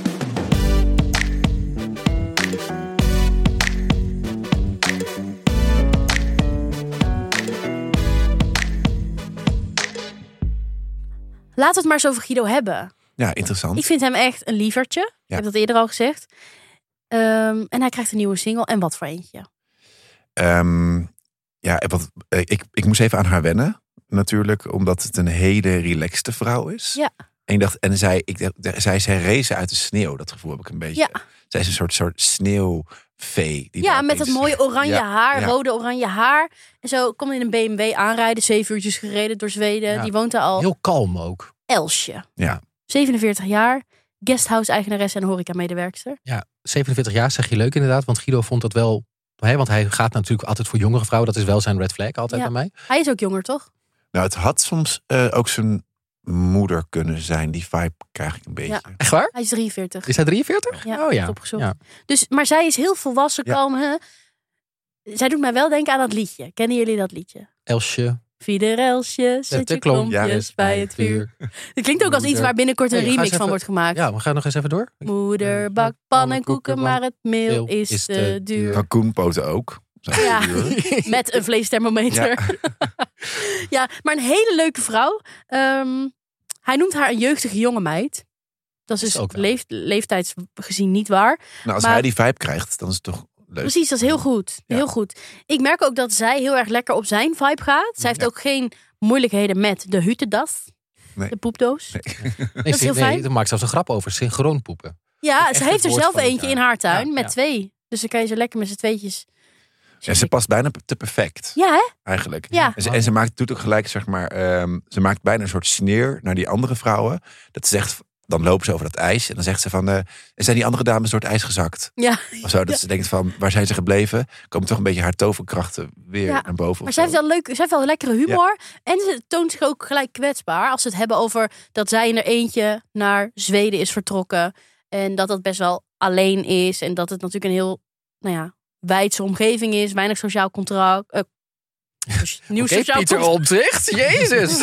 Speaker 2: Laten we het maar eens over Guido hebben.
Speaker 3: Ja, interessant.
Speaker 2: Ik vind hem echt een lievertje. Ja. Ik heb dat eerder al gezegd. Um, en hij krijgt een nieuwe single. En wat voor eentje?
Speaker 3: Um, ja, wat, ik, ik moest even aan haar wennen. Natuurlijk, omdat het een hele relaxte vrouw is.
Speaker 2: Ja.
Speaker 3: En ik dacht, en zij, ik, zij is herrezen uit de sneeuw. Dat gevoel heb ik een beetje.
Speaker 2: Ja.
Speaker 3: Zij is een soort, soort sneeuwvee. Die
Speaker 2: ja, met dat mooie oranje
Speaker 3: ja,
Speaker 2: haar,
Speaker 3: ja.
Speaker 2: rode oranje haar. En zo komt in een B M W aanrijden. Zeven uurtjes gereden door Zweden. Ja. Die woont daar al.
Speaker 1: Heel kalm ook.
Speaker 2: Elsje.
Speaker 3: Ja.
Speaker 2: zevenenveertig jaar. guesthouse-eigenaresse en horeca-medewerkster.
Speaker 1: Ja, zevenenveertig jaar zeg je leuk inderdaad. Want Guido vond dat wel... Hè, want hij gaat natuurlijk altijd voor jongere vrouwen. Dat is wel zijn red flag altijd
Speaker 2: Ja.
Speaker 1: bij mij.
Speaker 2: Hij is ook jonger, toch?
Speaker 3: Nou, het had soms uh, ook zijn moeder kunnen zijn. Die vibe krijg ik een beetje.
Speaker 2: Ja.
Speaker 1: Echt waar?
Speaker 2: Hij is drieënveertig.
Speaker 1: Is hij drieënveertig?
Speaker 2: Ja,
Speaker 1: oh ja.
Speaker 2: opgezocht.
Speaker 1: ja.
Speaker 2: Dus, maar zij is heel volwassen,
Speaker 3: Ja.
Speaker 2: kalm. Hè? Zij doet mij wel denken aan dat liedje. Kennen jullie dat liedje?
Speaker 1: Elsje.
Speaker 2: Fiederelsje, zet je klompjes
Speaker 3: Ja.
Speaker 2: bij het vuur. Het klinkt ook als iets waar binnenkort een
Speaker 1: Hey, ga eens
Speaker 2: remix
Speaker 1: even-
Speaker 2: van wordt gemaakt.
Speaker 1: Ja, we gaan nog eens even door.
Speaker 2: Moeder bakt pan en koeken, maar het meel is,
Speaker 1: is
Speaker 2: te
Speaker 1: te
Speaker 2: duur.
Speaker 3: Kalkoenpoten ook. Zijn
Speaker 2: Ja.
Speaker 3: duur.
Speaker 2: Met een vleesthermometer. Ja. Ja, maar een hele leuke vrouw. Um, hij noemt haar een jeugdige jonge meid. Dat is
Speaker 1: Is
Speaker 2: dus
Speaker 1: ook wel.
Speaker 2: leef, leeftijdsgezien niet waar.
Speaker 3: Nou, als
Speaker 2: Maar-
Speaker 3: hij die vibe krijgt, dan is het toch leuk.
Speaker 2: Precies, dat is heel goed.
Speaker 3: Ja.
Speaker 2: Heel goed. Ik merk ook dat zij heel erg lekker op zijn vibe gaat. Zij heeft
Speaker 3: Ja.
Speaker 2: ook geen moeilijkheden met de hutedas.
Speaker 3: Nee.
Speaker 2: De poepdoos.
Speaker 3: Nee.
Speaker 1: Nee,
Speaker 2: is heel
Speaker 1: nee,
Speaker 2: fijn.
Speaker 1: er maakt zelfs een grap over. Synchroon poepen.
Speaker 2: Ja,
Speaker 1: Echt
Speaker 2: ze
Speaker 1: het
Speaker 2: heeft er
Speaker 1: woord
Speaker 2: zelf
Speaker 1: van het
Speaker 2: eentje
Speaker 1: jaar.
Speaker 2: in haar tuin
Speaker 1: Ja,
Speaker 2: met
Speaker 1: ja.
Speaker 2: twee. Dus dan kan je ze lekker met z'n tweetjes.
Speaker 3: Ja, ze past bijna te perfect,
Speaker 2: Ja, hè?
Speaker 3: eigenlijk.
Speaker 2: Ja.
Speaker 3: En, ze, en ze maakt, doet ook gelijk, zeg maar, ehm, ze maakt bijna een soort sneer naar die andere vrouwen. Dat ze zegt, dan lopen ze over dat ijs. En dan zegt ze van, eh, zijn die andere dames door het ijs gezakt?
Speaker 2: Ja.
Speaker 3: Of zo, dat ze denkt van, waar zijn ze gebleven? Komen toch een beetje haar toverkrachten weer
Speaker 2: Ja,
Speaker 3: naar boven.
Speaker 2: Maar
Speaker 3: of
Speaker 2: zij
Speaker 3: zo.
Speaker 2: heeft, wel leuk, zij heeft wel lekkere humor. En ze toont zich ook gelijk kwetsbaar. Als ze het hebben over dat zij in er eentje naar Zweden is vertrokken. En dat dat best wel alleen is. En dat het natuurlijk een heel, nou ja, wijdse omgeving is. Weinig sociaal contract. Uh, nieuw
Speaker 1: Oké,
Speaker 2: sociaal
Speaker 1: Pieter
Speaker 2: contract.
Speaker 1: Omtzigt. Jezus.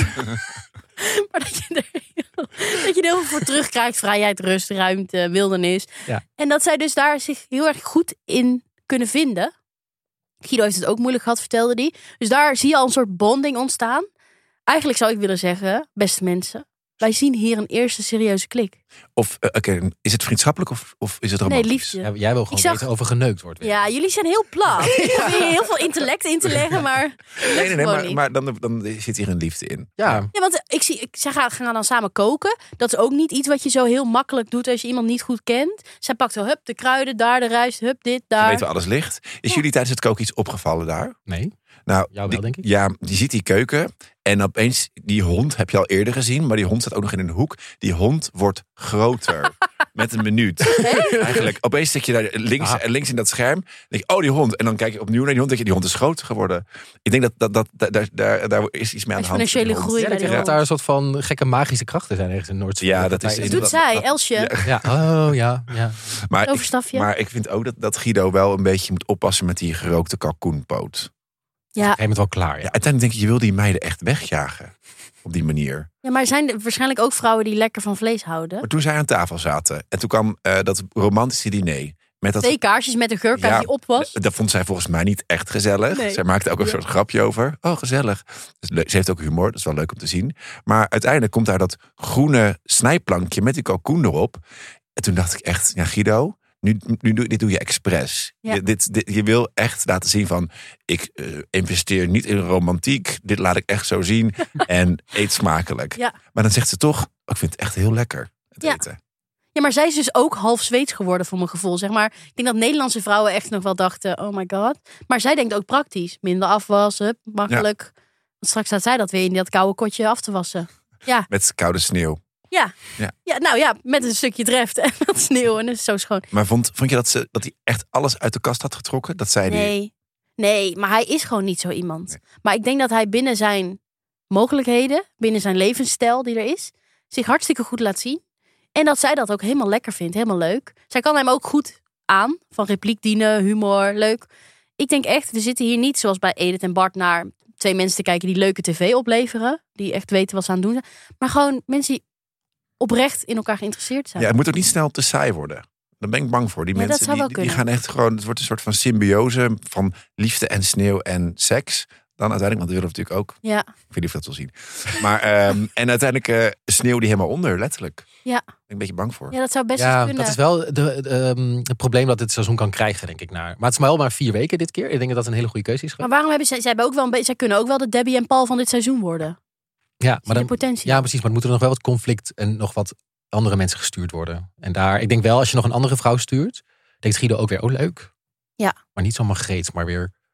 Speaker 2: Maar dat je, er, dat je er heel veel voor terugkrijgt. Vrijheid, rust, ruimte, wildernis.
Speaker 1: Ja.
Speaker 2: En dat zij dus daar zich heel erg goed in kunnen vinden. Guido heeft het ook moeilijk gehad, vertelde hij. Dus daar zie je al een soort bonding ontstaan. Eigenlijk zou ik willen zeggen, beste mensen. Wij zien hier een eerste serieuze klik.
Speaker 3: Of, uh, oké, is het vriendschappelijk of, of is het romantisch?
Speaker 2: Nee, liefde.
Speaker 1: Ja, jij wil gewoon
Speaker 2: Ik zag-
Speaker 1: weten of er geneukt wordt.
Speaker 2: Ja, jullie zijn heel plat. Ik probeer hier heel veel intellect in te leggen, maar...
Speaker 3: Nee, nee, nee,
Speaker 2: gewoon
Speaker 3: maar,
Speaker 2: niet.
Speaker 3: maar dan, dan zit hier een liefde in.
Speaker 1: Ja.
Speaker 2: Ja, want ik zie, ik, zij gaan, gaan dan samen koken. Dat is ook niet iets wat je zo heel makkelijk doet als je iemand niet goed kent. Zij pakt zo, hup, de kruiden, daar de rijst, hup, dit,
Speaker 3: Dan
Speaker 2: daar.
Speaker 3: weten we alles ligt. Is jullie tijdens het koken iets opgevallen daar?
Speaker 1: Nee.
Speaker 3: Nou,
Speaker 1: Jou wel,
Speaker 3: die-
Speaker 1: denk ik.
Speaker 3: Ja, die ziet die keuken. En opeens, die hond heb je al eerder gezien. Maar die hond staat ook nog in een hoek. Die hond wordt groter. Met een minuut. Eigenlijk, opeens zit je daar links,
Speaker 1: Ah.
Speaker 3: links in dat scherm. Dan denk je, oh die hond. En dan kijk je opnieuw naar die hond. denk je, die hond is groter geworden. Ik denk dat, dat, dat, dat daar, daar, daar is iets mee aan de hand.
Speaker 2: Exponentiële
Speaker 3: met die hond.
Speaker 2: groei
Speaker 1: Ja,
Speaker 2: bij
Speaker 1: ik
Speaker 2: die
Speaker 1: denk dat
Speaker 2: hond.
Speaker 1: daar een soort van gekke magische krachten zijn ergens in Noord-Zweden.
Speaker 3: Ja, dat is
Speaker 1: wij-
Speaker 2: Dat doet
Speaker 3: dat-
Speaker 2: zij,
Speaker 3: dat-
Speaker 2: Elsje.
Speaker 3: Ja.
Speaker 1: Ja, oh ja, ja.
Speaker 3: Maar ik,
Speaker 2: Overstafje.
Speaker 3: maar ik vind ook dat, dat Guido wel een beetje moet oppassen met die gerookte kalkoenpoot.
Speaker 2: Ja,
Speaker 1: Op een gegeven moment wel klaar.
Speaker 3: Ja,
Speaker 1: Ja.
Speaker 3: uiteindelijk denk ik, je wil die meiden echt wegjagen. Op die manier.
Speaker 2: ja, maar er zijn waarschijnlijk ook vrouwen die lekker van vlees houden.
Speaker 3: Maar toen zij aan tafel zaten. En toen kwam uh, dat romantische diner. Met dat,
Speaker 2: Twee kaarsjes met een geur
Speaker 3: Ja,
Speaker 2: die op was.
Speaker 3: dat vond zij volgens mij niet echt gezellig.
Speaker 2: Nee.
Speaker 3: Zij maakte ook een
Speaker 2: Ja.
Speaker 3: soort grapje over. Oh, gezellig. Dus leuk. Ze heeft ook humor, dat is wel leuk om te zien. Maar uiteindelijk komt daar dat groene snijplankje met die kalkoen erop. En toen dacht ik echt, ja Guido, nu, nu, doe- dit doe je expres.
Speaker 2: Ja.
Speaker 3: Je, dit, dit, je wil echt laten zien van, ik uh, investeer niet in romantiek. Dit laat ik echt zo zien. En eet smakelijk.
Speaker 2: Ja.
Speaker 3: Maar dan zegt ze toch, oh, ik vind het echt heel lekker, het
Speaker 2: Ja.
Speaker 3: eten.
Speaker 2: Ja, maar zij is dus ook half Zweeds geworden voor mijn gevoel. Zeg maar, ik denk dat Nederlandse vrouwen echt nog wel dachten, oh my god. Maar zij denkt ook praktisch. Minder afwassen, makkelijk. Want straks staat zij dat weer in dat koude kotje af te wassen. Ja,
Speaker 3: Met koude sneeuw.
Speaker 2: ja.
Speaker 3: Ja.
Speaker 2: Ja, nou ja, met een stukje dreft en wat sneeuw en het is zo schoon.
Speaker 3: Maar vond, vond je dat ze dat hij echt alles uit de kast had getrokken? Dat zei hij.
Speaker 2: Nee, nee, maar hij is gewoon niet zo iemand.
Speaker 3: Nee.
Speaker 2: Maar ik denk dat hij binnen zijn mogelijkheden, binnen zijn levensstijl die er is, zich hartstikke goed laat zien. En dat zij dat ook helemaal lekker vindt, helemaal leuk. Zij kan hem ook goed aan, van repliek dienen, humor, leuk. Ik denk echt, we zitten hier niet zoals bij Edith en Bart naar twee mensen te kijken die leuke tv opleveren. Die echt weten wat ze aan het doen zijn. Maar gewoon mensen die oprecht in elkaar geïnteresseerd zijn.
Speaker 3: Ja, het moet ook niet snel te saai worden. Daar ben ik bang voor. Die
Speaker 2: Ja, dat
Speaker 3: mensen
Speaker 2: zou
Speaker 3: die,
Speaker 2: wel
Speaker 3: die
Speaker 2: kunnen.
Speaker 3: gaan echt gewoon. Het wordt een soort van symbiose van liefde en sneeuw en seks. Dan uiteindelijk, want dat willen we natuurlijk ook.
Speaker 2: Ja,
Speaker 3: Ik weet niet of je dat wil zien. Maar ehm, en uiteindelijk uh, sneeuw die helemaal onder, letterlijk.
Speaker 2: Ja.
Speaker 3: Daar ben ik een beetje bang voor.
Speaker 2: ja dat zou best eens
Speaker 1: Ja,
Speaker 2: kunnen.
Speaker 1: dat is wel de, de, um, het probleem dat dit seizoen kan krijgen, denk ik. Naar. Maar het is maar wel maar vier weken dit keer. Ik denk dat dat een hele goede keuze is.
Speaker 2: Maar waarom hebben zij, zij hebben ook wel een beetje, zij kunnen ook wel de Debbie en Paul van dit seizoen worden.
Speaker 1: Ja,
Speaker 2: Zie
Speaker 1: maar
Speaker 2: je
Speaker 1: dan,
Speaker 2: de potentie.
Speaker 1: ja, precies. Maar dan moet er nog wel wat conflict en nog wat andere mensen gestuurd worden. En daar, ik denk wel, als je nog een andere vrouw stuurt, denkt Guido ook weer, oh leuk.
Speaker 2: Ja.
Speaker 1: Maar niet zo Margreet, maar weer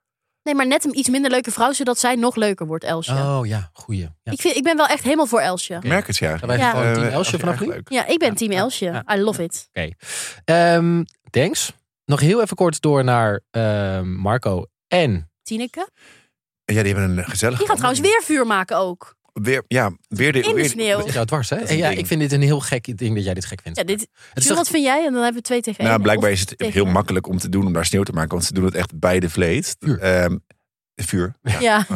Speaker 2: Nee, maar net een iets minder leuke vrouw, zodat zij nog leuker wordt, Elsje.
Speaker 1: Oh ja, goeie. Ja.
Speaker 2: Ik, vind, ik ben wel echt helemaal voor Elsje.
Speaker 3: Ik merk het, ja.
Speaker 1: Zijn wij
Speaker 2: Ja.
Speaker 1: gewoon team
Speaker 3: Eh,
Speaker 1: Elsje vanaf nu?
Speaker 3: leuk.
Speaker 2: Ja, ik ben
Speaker 1: Ja,
Speaker 2: team
Speaker 1: ja,
Speaker 2: Elsje.
Speaker 1: ja.
Speaker 2: I love it.
Speaker 1: Oké. Ehm, thanks. Nog heel even kort door naar ehm, Marco en...
Speaker 2: Tineke.
Speaker 3: Ja, die hebben een gezellig...
Speaker 2: Die gaat trouwens weer vuur maken ook.
Speaker 3: Weer, ja, weer de,
Speaker 2: In de
Speaker 3: weer,
Speaker 2: sneeuw.
Speaker 1: Het is jou dwars, hè?
Speaker 3: Dat is
Speaker 1: En
Speaker 3: een
Speaker 1: ja,
Speaker 3: ding.
Speaker 1: ik vind dit een heel gek ding dat jij dit gek vindt.
Speaker 2: Ja, dit,
Speaker 1: Het is
Speaker 2: Jules,
Speaker 1: toch-
Speaker 2: wat vind jij? En dan hebben we twee tegen één.
Speaker 3: Nou, blijkbaar
Speaker 2: Of
Speaker 3: is het
Speaker 2: tegen
Speaker 3: heel
Speaker 2: één.
Speaker 3: makkelijk om te doen om daar sneeuw te maken. Want ze doen het echt bij de vleet.
Speaker 1: Vuur.
Speaker 3: Ehm, vuur. Ja.
Speaker 2: Ja.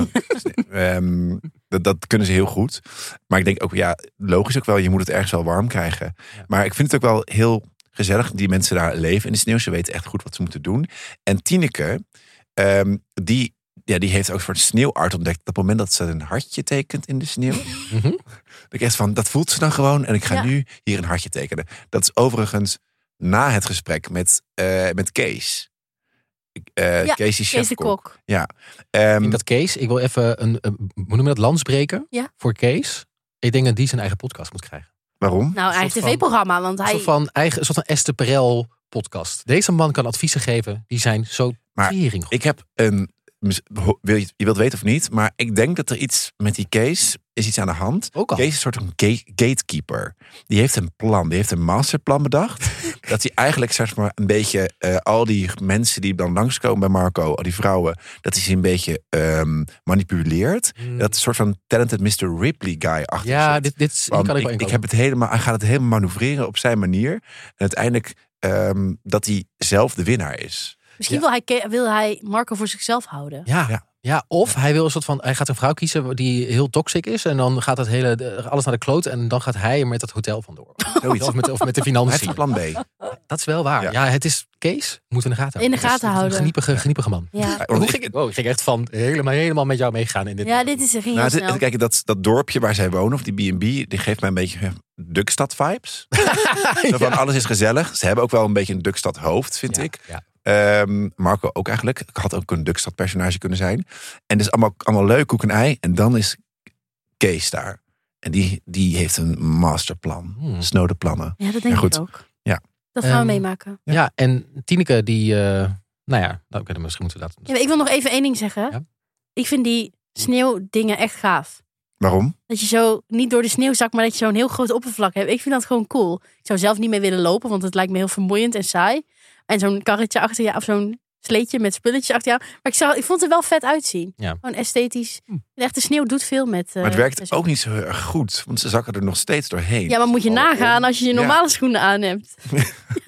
Speaker 3: Ehm, dat, dat kunnen ze heel goed. Maar ik denk ook, ja, logisch ook wel. Je moet het ergens wel warm krijgen.
Speaker 1: Ja.
Speaker 3: Maar ik vind het ook wel heel gezellig. Die mensen daar leven in de sneeuw. Ze weten echt goed wat ze moeten doen. En Tineke, ehm, die, ja, die heeft ook een soort sneeuwart ontdekt. Op het moment dat ze een hartje tekent in de sneeuw.
Speaker 1: Mhm.
Speaker 3: Dat ik echt van, dat voelt ze dan gewoon. En ik ga
Speaker 2: Ja.
Speaker 3: nu hier een hartje tekenen. Dat is overigens na het gesprek met, eh, met Kees. Ik, eh,
Speaker 2: Ja,
Speaker 3: Kees is
Speaker 2: Kees de
Speaker 3: chefkok.
Speaker 2: Kok.
Speaker 3: Ehm,
Speaker 1: Ik denk dat Kees, ik wil even een, een hoe noem je dat, lans breken
Speaker 2: Ja.
Speaker 1: voor Kees. Ik denk dat die zijn eigen podcast moet krijgen.
Speaker 3: waarom?
Speaker 2: Nou, eigen
Speaker 1: soort van-
Speaker 2: tv-programma. Want
Speaker 1: Een
Speaker 2: hij...
Speaker 1: soort van eigen, een soort van Esther Perel podcast. Deze man kan adviezen geven, die zijn zo
Speaker 3: Maar
Speaker 1: tering goed.
Speaker 3: Ik heb een, mis- wil je, je wilt weten of niet, maar ik denk dat er iets met die Kees is iets aan de hand.
Speaker 1: Ook al.
Speaker 3: Kees is een soort van ga- gatekeeper. Die heeft een plan, die heeft een masterplan bedacht. dat hij eigenlijk zeg maar een beetje eh, al die mensen die dan langskomen bij Marco, al die vrouwen, dat hij ze een beetje ehm, manipuleert.
Speaker 1: Hmm.
Speaker 3: Dat is een soort van talented mister Ripley guy achter
Speaker 1: Ja,
Speaker 3: zit.
Speaker 1: dit, dit hier
Speaker 3: Want
Speaker 1: kan ik
Speaker 3: ik,
Speaker 1: wel
Speaker 3: ik
Speaker 1: inkomen.
Speaker 3: heb het helemaal, hij gaat het helemaal manoeuvreren op zijn manier. En uiteindelijk ehm, dat hij zelf de winnaar is.
Speaker 2: Misschien
Speaker 1: Ja.
Speaker 2: wil, hij, Ke- wil hij Marco voor zichzelf houden.
Speaker 1: Ja,
Speaker 3: Ja.
Speaker 1: ja. of hij wil een soort van, hij gaat een vrouw kiezen die heel toxic is en dan gaat het hele de- alles naar de kloot en dan gaat hij er met het hotel vandoor.
Speaker 3: Zoiets.
Speaker 1: Of met, of met de
Speaker 3: Hij heeft
Speaker 1: financiën.
Speaker 3: een plan B.
Speaker 1: Dat is wel waar.
Speaker 3: Ja.
Speaker 1: Ja, het is Kees. Moet in de gaten
Speaker 2: In de
Speaker 1: houden. Het is-
Speaker 2: gaten
Speaker 1: het is
Speaker 2: houden.
Speaker 1: Een geniepige, geniepige man.
Speaker 2: Ja,
Speaker 3: Want
Speaker 1: Hoe
Speaker 3: ik-
Speaker 1: ging het? Oh, ik ging echt van helemaal, helemaal met jou meegaan in dit.
Speaker 2: ja dit is, ging heel
Speaker 3: Nou,
Speaker 2: snel.
Speaker 3: het- kijk, dat, dat dorpje waar zij wonen, of die B en B, die geeft mij een beetje Dukstad-vibes. Zo van, alles is gezellig. Ze hebben ook wel een beetje een Dukstad-hoofd, vind
Speaker 1: Ja,
Speaker 3: ik.
Speaker 1: ja.
Speaker 3: Ehm, Marco ook eigenlijk. Ik had ook een Dukstad-personage kunnen zijn. En het is allemaal, allemaal leuk, koek en ei. En dan is Kees daar. En die, die heeft een masterplan.
Speaker 1: Hmm.
Speaker 3: Snode plannen.
Speaker 2: Ja, dat denk
Speaker 3: Ja, goed.
Speaker 2: ik ook.
Speaker 3: Ja.
Speaker 2: Dat gaan we
Speaker 1: Ehm,
Speaker 2: meemaken.
Speaker 1: Ja. ja, en Tineke die, uh, nou ja, nou, okay, misschien moeten we dat.
Speaker 2: Ja, maar ik wil nog even één ding zeggen.
Speaker 1: Ja.
Speaker 2: Ik vind die sneeuwdingen echt gaaf.
Speaker 3: Waarom?
Speaker 2: Dat je zo niet door de sneeuw zakt, maar dat je zo'n heel groot oppervlak hebt. Ik vind dat gewoon cool. Ik zou zelf niet meer willen lopen, want het lijkt me heel vermoeiend en saai. En zo'n karretje achter je, of zo'n sleetje met spulletjes achter jou. Maar ik, zou, ik vond het er wel vet uitzien.
Speaker 1: Ja.
Speaker 2: Gewoon esthetisch.
Speaker 1: Hm.
Speaker 2: De echte sneeuw doet veel met... uh,
Speaker 3: Maar het werkt
Speaker 2: met-
Speaker 3: ook niet zo heel erg goed. Want ze zakken er nog steeds doorheen.
Speaker 2: Ja, maar moet je
Speaker 3: Oh,
Speaker 2: nagaan
Speaker 3: oh.
Speaker 2: als je je normale schoenen aan hebt.
Speaker 3: Die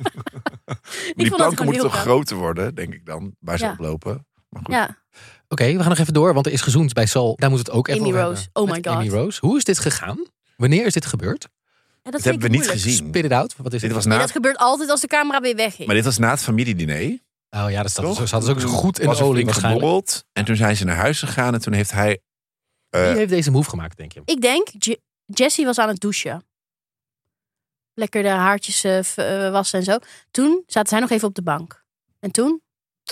Speaker 2: vond dat
Speaker 3: planken
Speaker 2: gewoon
Speaker 3: moeten
Speaker 2: heel
Speaker 3: toch
Speaker 2: gaaf.
Speaker 3: groter worden, denk ik dan. Waar ze
Speaker 2: Ja.
Speaker 3: oplopen. Maar goed.
Speaker 2: Ja,
Speaker 1: Oké, we gaan nog even door, want er is gezoend bij Sol. Daar moet het ook even
Speaker 2: Amy
Speaker 1: over
Speaker 2: Rose.
Speaker 1: hebben.
Speaker 2: Oh my
Speaker 1: Met
Speaker 2: god.
Speaker 1: Amy Rose. Hoe is dit gegaan? Wanneer is dit gebeurd?
Speaker 2: ja
Speaker 3: Dat
Speaker 2: dat vind
Speaker 3: hebben
Speaker 2: ik
Speaker 3: we niet
Speaker 2: moeilijk.
Speaker 3: gezien.
Speaker 1: Spit it out. Wat is
Speaker 3: Dit
Speaker 1: het?
Speaker 3: was
Speaker 2: Nee,
Speaker 3: na,
Speaker 2: dat gebeurt altijd als de camera weer weg is.
Speaker 3: maar dit was na het familiediner.
Speaker 1: Oh ja, dat staat
Speaker 3: Toch?
Speaker 1: zo. Ze hadden ze ook zo goed in
Speaker 3: Was
Speaker 1: de
Speaker 3: er
Speaker 1: olie
Speaker 3: flink
Speaker 1: waarschijnlijk.
Speaker 3: geborreld. En toen zijn ze naar huis gegaan. En toen heeft hij... eh,
Speaker 1: Wie heeft deze move gemaakt, denk je?
Speaker 2: Ik denk, Je- Jessie was aan het douchen. Lekker de haartjes eh, v- eh, wassen en zo. Toen zaten zij nog even op de bank. En toen?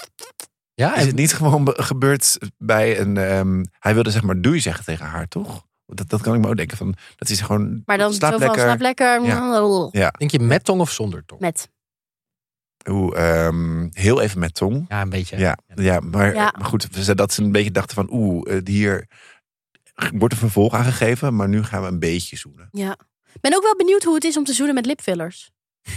Speaker 1: Ja,
Speaker 3: is
Speaker 1: en
Speaker 3: het niet gewoon be- gebeurd bij een... ehm, hij wilde zeg maar doei zeggen tegen haar, toch? Dat, dat kan ik me ook denken. Van, dat is gewoon...
Speaker 2: Maar dan
Speaker 3: slaap
Speaker 2: zo
Speaker 3: lekker.
Speaker 2: van, slaap lekker.
Speaker 3: Ja.
Speaker 1: denk je met tong of zonder tong?
Speaker 2: Met.
Speaker 3: Hoe, ehm, heel even met tong.
Speaker 1: Ja, een beetje.
Speaker 3: Ja, ja, maar,
Speaker 2: Ja.
Speaker 3: maar goed. ze- Dat ze een beetje dachten van... Oeh, eh, hier wordt een vervolg aangegeven. Maar nu gaan we een beetje zoenen.
Speaker 2: Ja. Ik ben ook wel benieuwd hoe het is om te zoenen met lipfillers.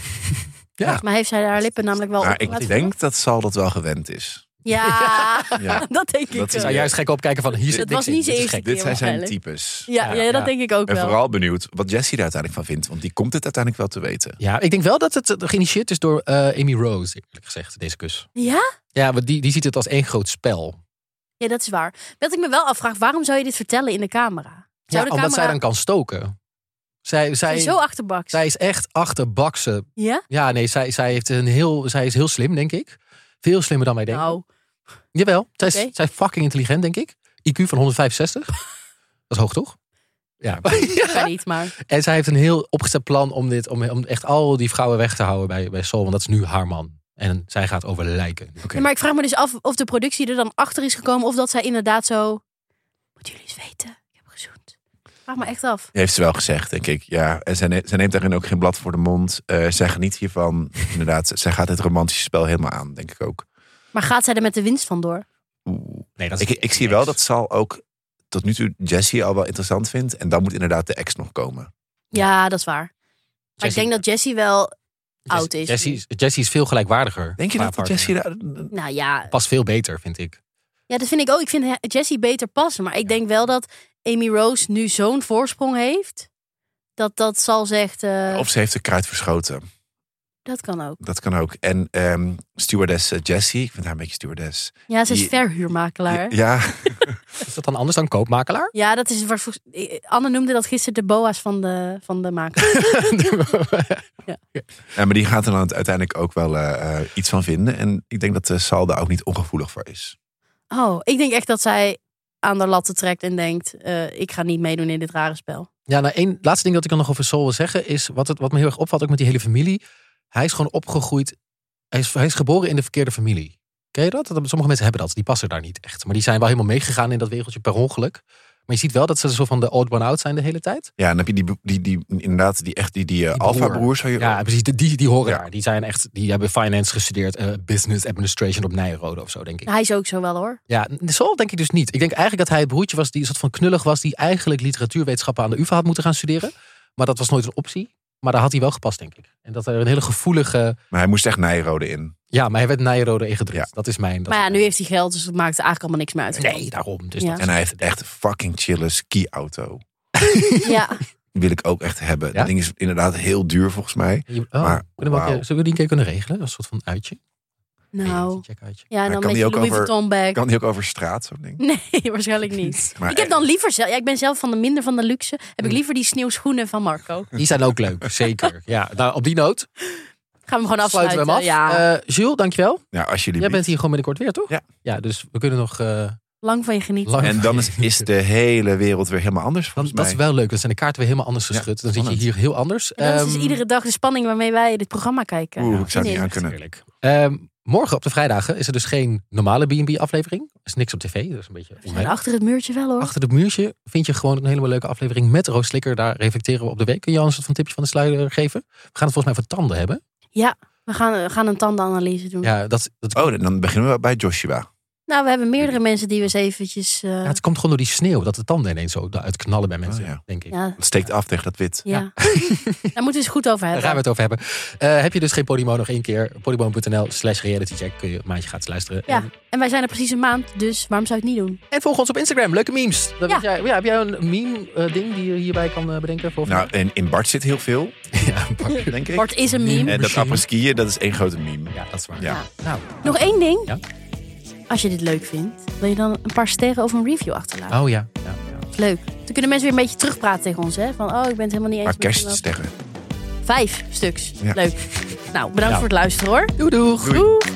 Speaker 1: Ja.
Speaker 2: Volgens mij heeft zij haar lippen namelijk wel
Speaker 3: Maar
Speaker 2: op
Speaker 3: ik
Speaker 2: laten
Speaker 3: denk dat Sal dat wel gewend is.
Speaker 2: Ja,
Speaker 3: Ja.
Speaker 2: dat denk ik
Speaker 3: Dat is
Speaker 1: Ik
Speaker 2: ook.
Speaker 1: zou juist gek opkijken van hier zit
Speaker 2: Het
Speaker 1: niks
Speaker 2: was niet
Speaker 1: in.
Speaker 2: zijn
Speaker 1: Dit is
Speaker 2: eerste
Speaker 1: gek.
Speaker 3: Dit zijn zijn
Speaker 2: waarschijnlijk.
Speaker 3: types.
Speaker 2: Ja, ja,
Speaker 1: Ja,
Speaker 2: dat
Speaker 1: ja.
Speaker 2: denk ik ook
Speaker 3: En
Speaker 2: wel.
Speaker 3: vooral benieuwd wat Jessie er uiteindelijk van vindt. Want die komt het uiteindelijk wel te weten.
Speaker 1: Ja, ik denk wel dat het geïnitieerd is door eh, Amy Rose, eerlijk gezegd, deze kus.
Speaker 2: Ja?
Speaker 1: Ja, want die, die ziet het als één groot spel.
Speaker 2: Ja, dat is waar. Wat ik me wel afvraag, waarom zou je dit vertellen in de camera? Zou
Speaker 1: Ja,
Speaker 2: de
Speaker 1: omdat zij
Speaker 2: camera
Speaker 1: dan kan stoken. Zij, zij,
Speaker 2: zo achterbaks?
Speaker 1: zij is echt achterbakse.
Speaker 2: Ja?
Speaker 1: Ja, nee, zij, zij, heeft een heel, zij is heel slim, denk ik. Veel slimmer dan wij denken.
Speaker 2: Nou,
Speaker 1: Jawel, zij is,
Speaker 2: Oké.
Speaker 1: zij is fucking intelligent, denk ik. I Q van honderdvijfenzestig. Dat is hoog, toch? Ja.
Speaker 2: kan niet, maar...
Speaker 1: En zij heeft een heel opgezet plan om, dit, om, om echt al die vrouwen weg te houden bij, bij Sol. Want dat is nu haar man. En zij gaat over lijken.
Speaker 3: Oké.
Speaker 2: Ja, maar ik vraag me dus af of de productie er dan achter is gekomen. Of dat zij inderdaad zo... Moeten jullie eens weten? Ik heb gezoend. Vraag me echt af.
Speaker 3: Heeft ze wel gezegd, denk ik. Ja, en zij, ne- zij neemt daarin ook geen blad voor de mond. Uh, zij geniet hiervan. Inderdaad, zij gaat het romantische spel helemaal aan, denk ik ook.
Speaker 2: Maar gaat zij er met de winst vandoor?
Speaker 1: Nee, dat is
Speaker 3: ik, ik zie wel dat Sal ook tot nu toe Jessie al wel interessant vindt. En dan moet inderdaad de ex nog komen.
Speaker 2: Ja, dat is waar. Maar
Speaker 1: Jessie-
Speaker 2: ik denk dat Jessie wel oud is.
Speaker 1: Jessie, is- Jessie is veel gelijkwaardiger.
Speaker 3: Denk je
Speaker 1: qua
Speaker 3: dat dat
Speaker 1: partner.
Speaker 3: Jessie daar...
Speaker 2: Nou ja,
Speaker 1: Past veel beter, vind ik.
Speaker 2: ja, dat vind ik ook. Ik vind Jessie beter passen. Maar ik denk wel dat Amy Rose nu zo'n voorsprong heeft. Dat dat zal zegt... Uh,
Speaker 3: Of ze heeft de kruid verschoten.
Speaker 2: dat kan ook.
Speaker 3: Dat kan ook. En um, stewardess uh, Jessie, ik vind haar een beetje stewardess.
Speaker 2: Ja, ze is
Speaker 3: Die-
Speaker 2: verhuurmakelaar.
Speaker 3: Ja,
Speaker 1: Is dat dan anders dan koopmakelaar?
Speaker 2: Ja, dat is wat. Anne noemde dat gisteren de boa's van de, van de makelaar.
Speaker 3: ja, maar die gaat er dan uiteindelijk ook wel uh, uh, iets van vinden. En ik denk dat uh, Sal daar ook niet ongevoelig voor is.
Speaker 2: Oh, ik denk echt dat zij aan de latten trekt en denkt: uh, ik ga niet meedoen in dit rare spel.
Speaker 1: Ja, nou, één laatste ding dat ik dan nog over Saul wil zeggen is wat, het, wat me heel erg opvalt ook met die hele familie. Hij is gewoon opgegroeid. Hij is, hij is geboren in de verkeerde familie. Ken je dat? dat? Sommige mensen hebben dat. Die passen daar niet echt. Maar die zijn wel helemaal meegegaan in dat wereldje per ongeluk. Maar je ziet wel dat ze zo van de odd one out zijn de hele tijd.
Speaker 3: Ja, en dan heb je die, die, die inderdaad, die echt die, die, uh, alfa-broers. zou je-
Speaker 1: Ja, precies. Die, die horen
Speaker 3: Ja.
Speaker 1: daar. Die zijn echt, die hebben finance gestudeerd, uh, business administration op Nijrode of zo, denk ik.
Speaker 2: Hij is ook zo wel hoor.
Speaker 1: Ja, Saul denk ik dus niet. Ik denk eigenlijk dat hij het broertje was die een soort van knullig was, die eigenlijk literatuurwetenschappen aan de U vA had moeten gaan studeren. Maar dat was nooit een optie. Maar daar had hij wel gepast, denk ik. En dat er een hele gevoelige...
Speaker 3: Maar hij moest echt Nijrode in.
Speaker 1: Ja, maar hij werd Nijrode ingedrukt.
Speaker 3: Ja.
Speaker 1: Dat is mijn... Dat
Speaker 2: Maar ja,
Speaker 1: is
Speaker 2: nu heeft hij geld, dus dat maakt eigenlijk allemaal niks meer uit.
Speaker 1: Nee, daarom. Dus
Speaker 2: Ja.
Speaker 1: dat is-
Speaker 3: En hij heeft echt een fucking chille ski-auto.
Speaker 2: Ja,
Speaker 3: Die wil ik ook echt hebben.
Speaker 1: Ja?
Speaker 3: Dat ding is inderdaad heel duur volgens mij.
Speaker 1: Oh,
Speaker 3: Maar,
Speaker 1: kunnen we ook,
Speaker 3: wauw.
Speaker 1: eh, zullen we die een keer kunnen regelen? Een soort van uitje.
Speaker 2: nou.
Speaker 1: Een check-uitje.
Speaker 2: Ja, en
Speaker 3: Maar
Speaker 2: dan
Speaker 3: kan
Speaker 2: met
Speaker 3: die
Speaker 2: je
Speaker 3: ook
Speaker 2: Louis
Speaker 3: over-
Speaker 2: Vuitton bag.
Speaker 3: Kan die ook over straat, zo'n ding?
Speaker 2: Nee, waarschijnlijk niet.
Speaker 3: Maar
Speaker 2: Ik heb dan liever zelf, ja, ik ben zelf van de minder van de luxe. Heb ik liever die sneeuwschoenen van Marco.
Speaker 1: Die zijn ook leuk, zeker. Ja, nou, op die noot
Speaker 2: Gaan we gewoon
Speaker 1: sluiten
Speaker 2: afsluiten.
Speaker 1: we hem af.
Speaker 2: Ja,
Speaker 1: Eh, Jules, dankjewel.
Speaker 3: Ja, als jullie
Speaker 1: Jij bent hier gewoon binnenkort weer, toch?
Speaker 3: Ja.
Speaker 1: Ja, dus we kunnen nog uh,
Speaker 2: lang van je genieten.
Speaker 1: lang...
Speaker 3: En dan is, is de hele wereld weer helemaal anders
Speaker 1: Dan,
Speaker 3: volgens
Speaker 1: dat
Speaker 3: mij.
Speaker 1: is wel leuk. Dan zijn de kaarten weer helemaal anders
Speaker 3: Ja,
Speaker 1: geschud. dan zit je
Speaker 3: spannend.
Speaker 1: hier heel anders.
Speaker 2: En dat is dus
Speaker 1: Ehm,
Speaker 2: iedere dag de spanning waarmee wij dit programma kijken.
Speaker 3: Oeh, ik zou het niet
Speaker 2: Nee.
Speaker 3: aan kunnen.
Speaker 1: Heerlijk. Ehm, morgen op de vrijdagen is er dus geen normale B en B aflevering. Er is niks op tv. Dat is een beetje
Speaker 2: We zijn
Speaker 1: onwennig.
Speaker 2: achter het muurtje wel hoor.
Speaker 1: Achter het muurtje vind je gewoon een helemaal leuke aflevering met Roos Slikker. Daar reflecteren we op de week. Kun je al een soort van tipje van de sluier geven? We gaan het volgens mij over tanden hebben.
Speaker 2: Ja, we gaan, we gaan een tandenanalyse doen.
Speaker 1: Ja, dat, dat,
Speaker 3: Oh, dan beginnen we bij Joshua.
Speaker 2: Nou, we hebben meerdere mensen die we eens eventjes... Uh,
Speaker 1: ja, het komt gewoon door die sneeuw. Dat de tanden ineens zo eruit knallen bij mensen,
Speaker 3: Oh, ja.
Speaker 1: denk ik.
Speaker 2: ja,
Speaker 3: Het steekt af tegen dat wit.
Speaker 2: ja. Daar moeten we eens goed over
Speaker 1: Daar
Speaker 2: hebben.
Speaker 1: gaan we het over hebben. Uh, heb je dus geen Podimo nog één keer? Podimo.nl slash realitycheck kun je een maandje gratis luisteren.
Speaker 2: Ja,
Speaker 1: En,
Speaker 2: en wij zijn er precies een maand, dus waarom zou je het niet doen?
Speaker 1: en volg ons op Instagram. Leuke memes. Dat
Speaker 2: Ja.
Speaker 1: weet jij, ja, heb jij een meme uh, ding die je hierbij kan uh, bedenken? Voor
Speaker 3: Nou, en in Bart zit heel veel,
Speaker 1: ja, Bart.
Speaker 3: denk ik.
Speaker 2: Bart is een meme.
Speaker 3: En dat apres-skiën, dat is één grote meme.
Speaker 1: Ja, dat is waar.
Speaker 3: Ja.
Speaker 1: Nou,
Speaker 2: Nog één ding.
Speaker 1: Ja.
Speaker 2: Als je dit leuk vindt, wil je dan een paar sterren of een review achterlaten?
Speaker 1: oh ja. ja, ja.
Speaker 2: Leuk. Dan kunnen mensen weer een beetje terugpraten tegen ons. Hè? Van, oh, ik ben het helemaal niet eens
Speaker 3: Maar
Speaker 2: met je
Speaker 3: kerststerren.
Speaker 2: Vijf stuks.
Speaker 3: Ja.
Speaker 2: Leuk. Nou, bedankt
Speaker 1: Ja.
Speaker 2: voor het luisteren hoor.
Speaker 1: Doei doeg.
Speaker 3: Doei.
Speaker 2: Doeg.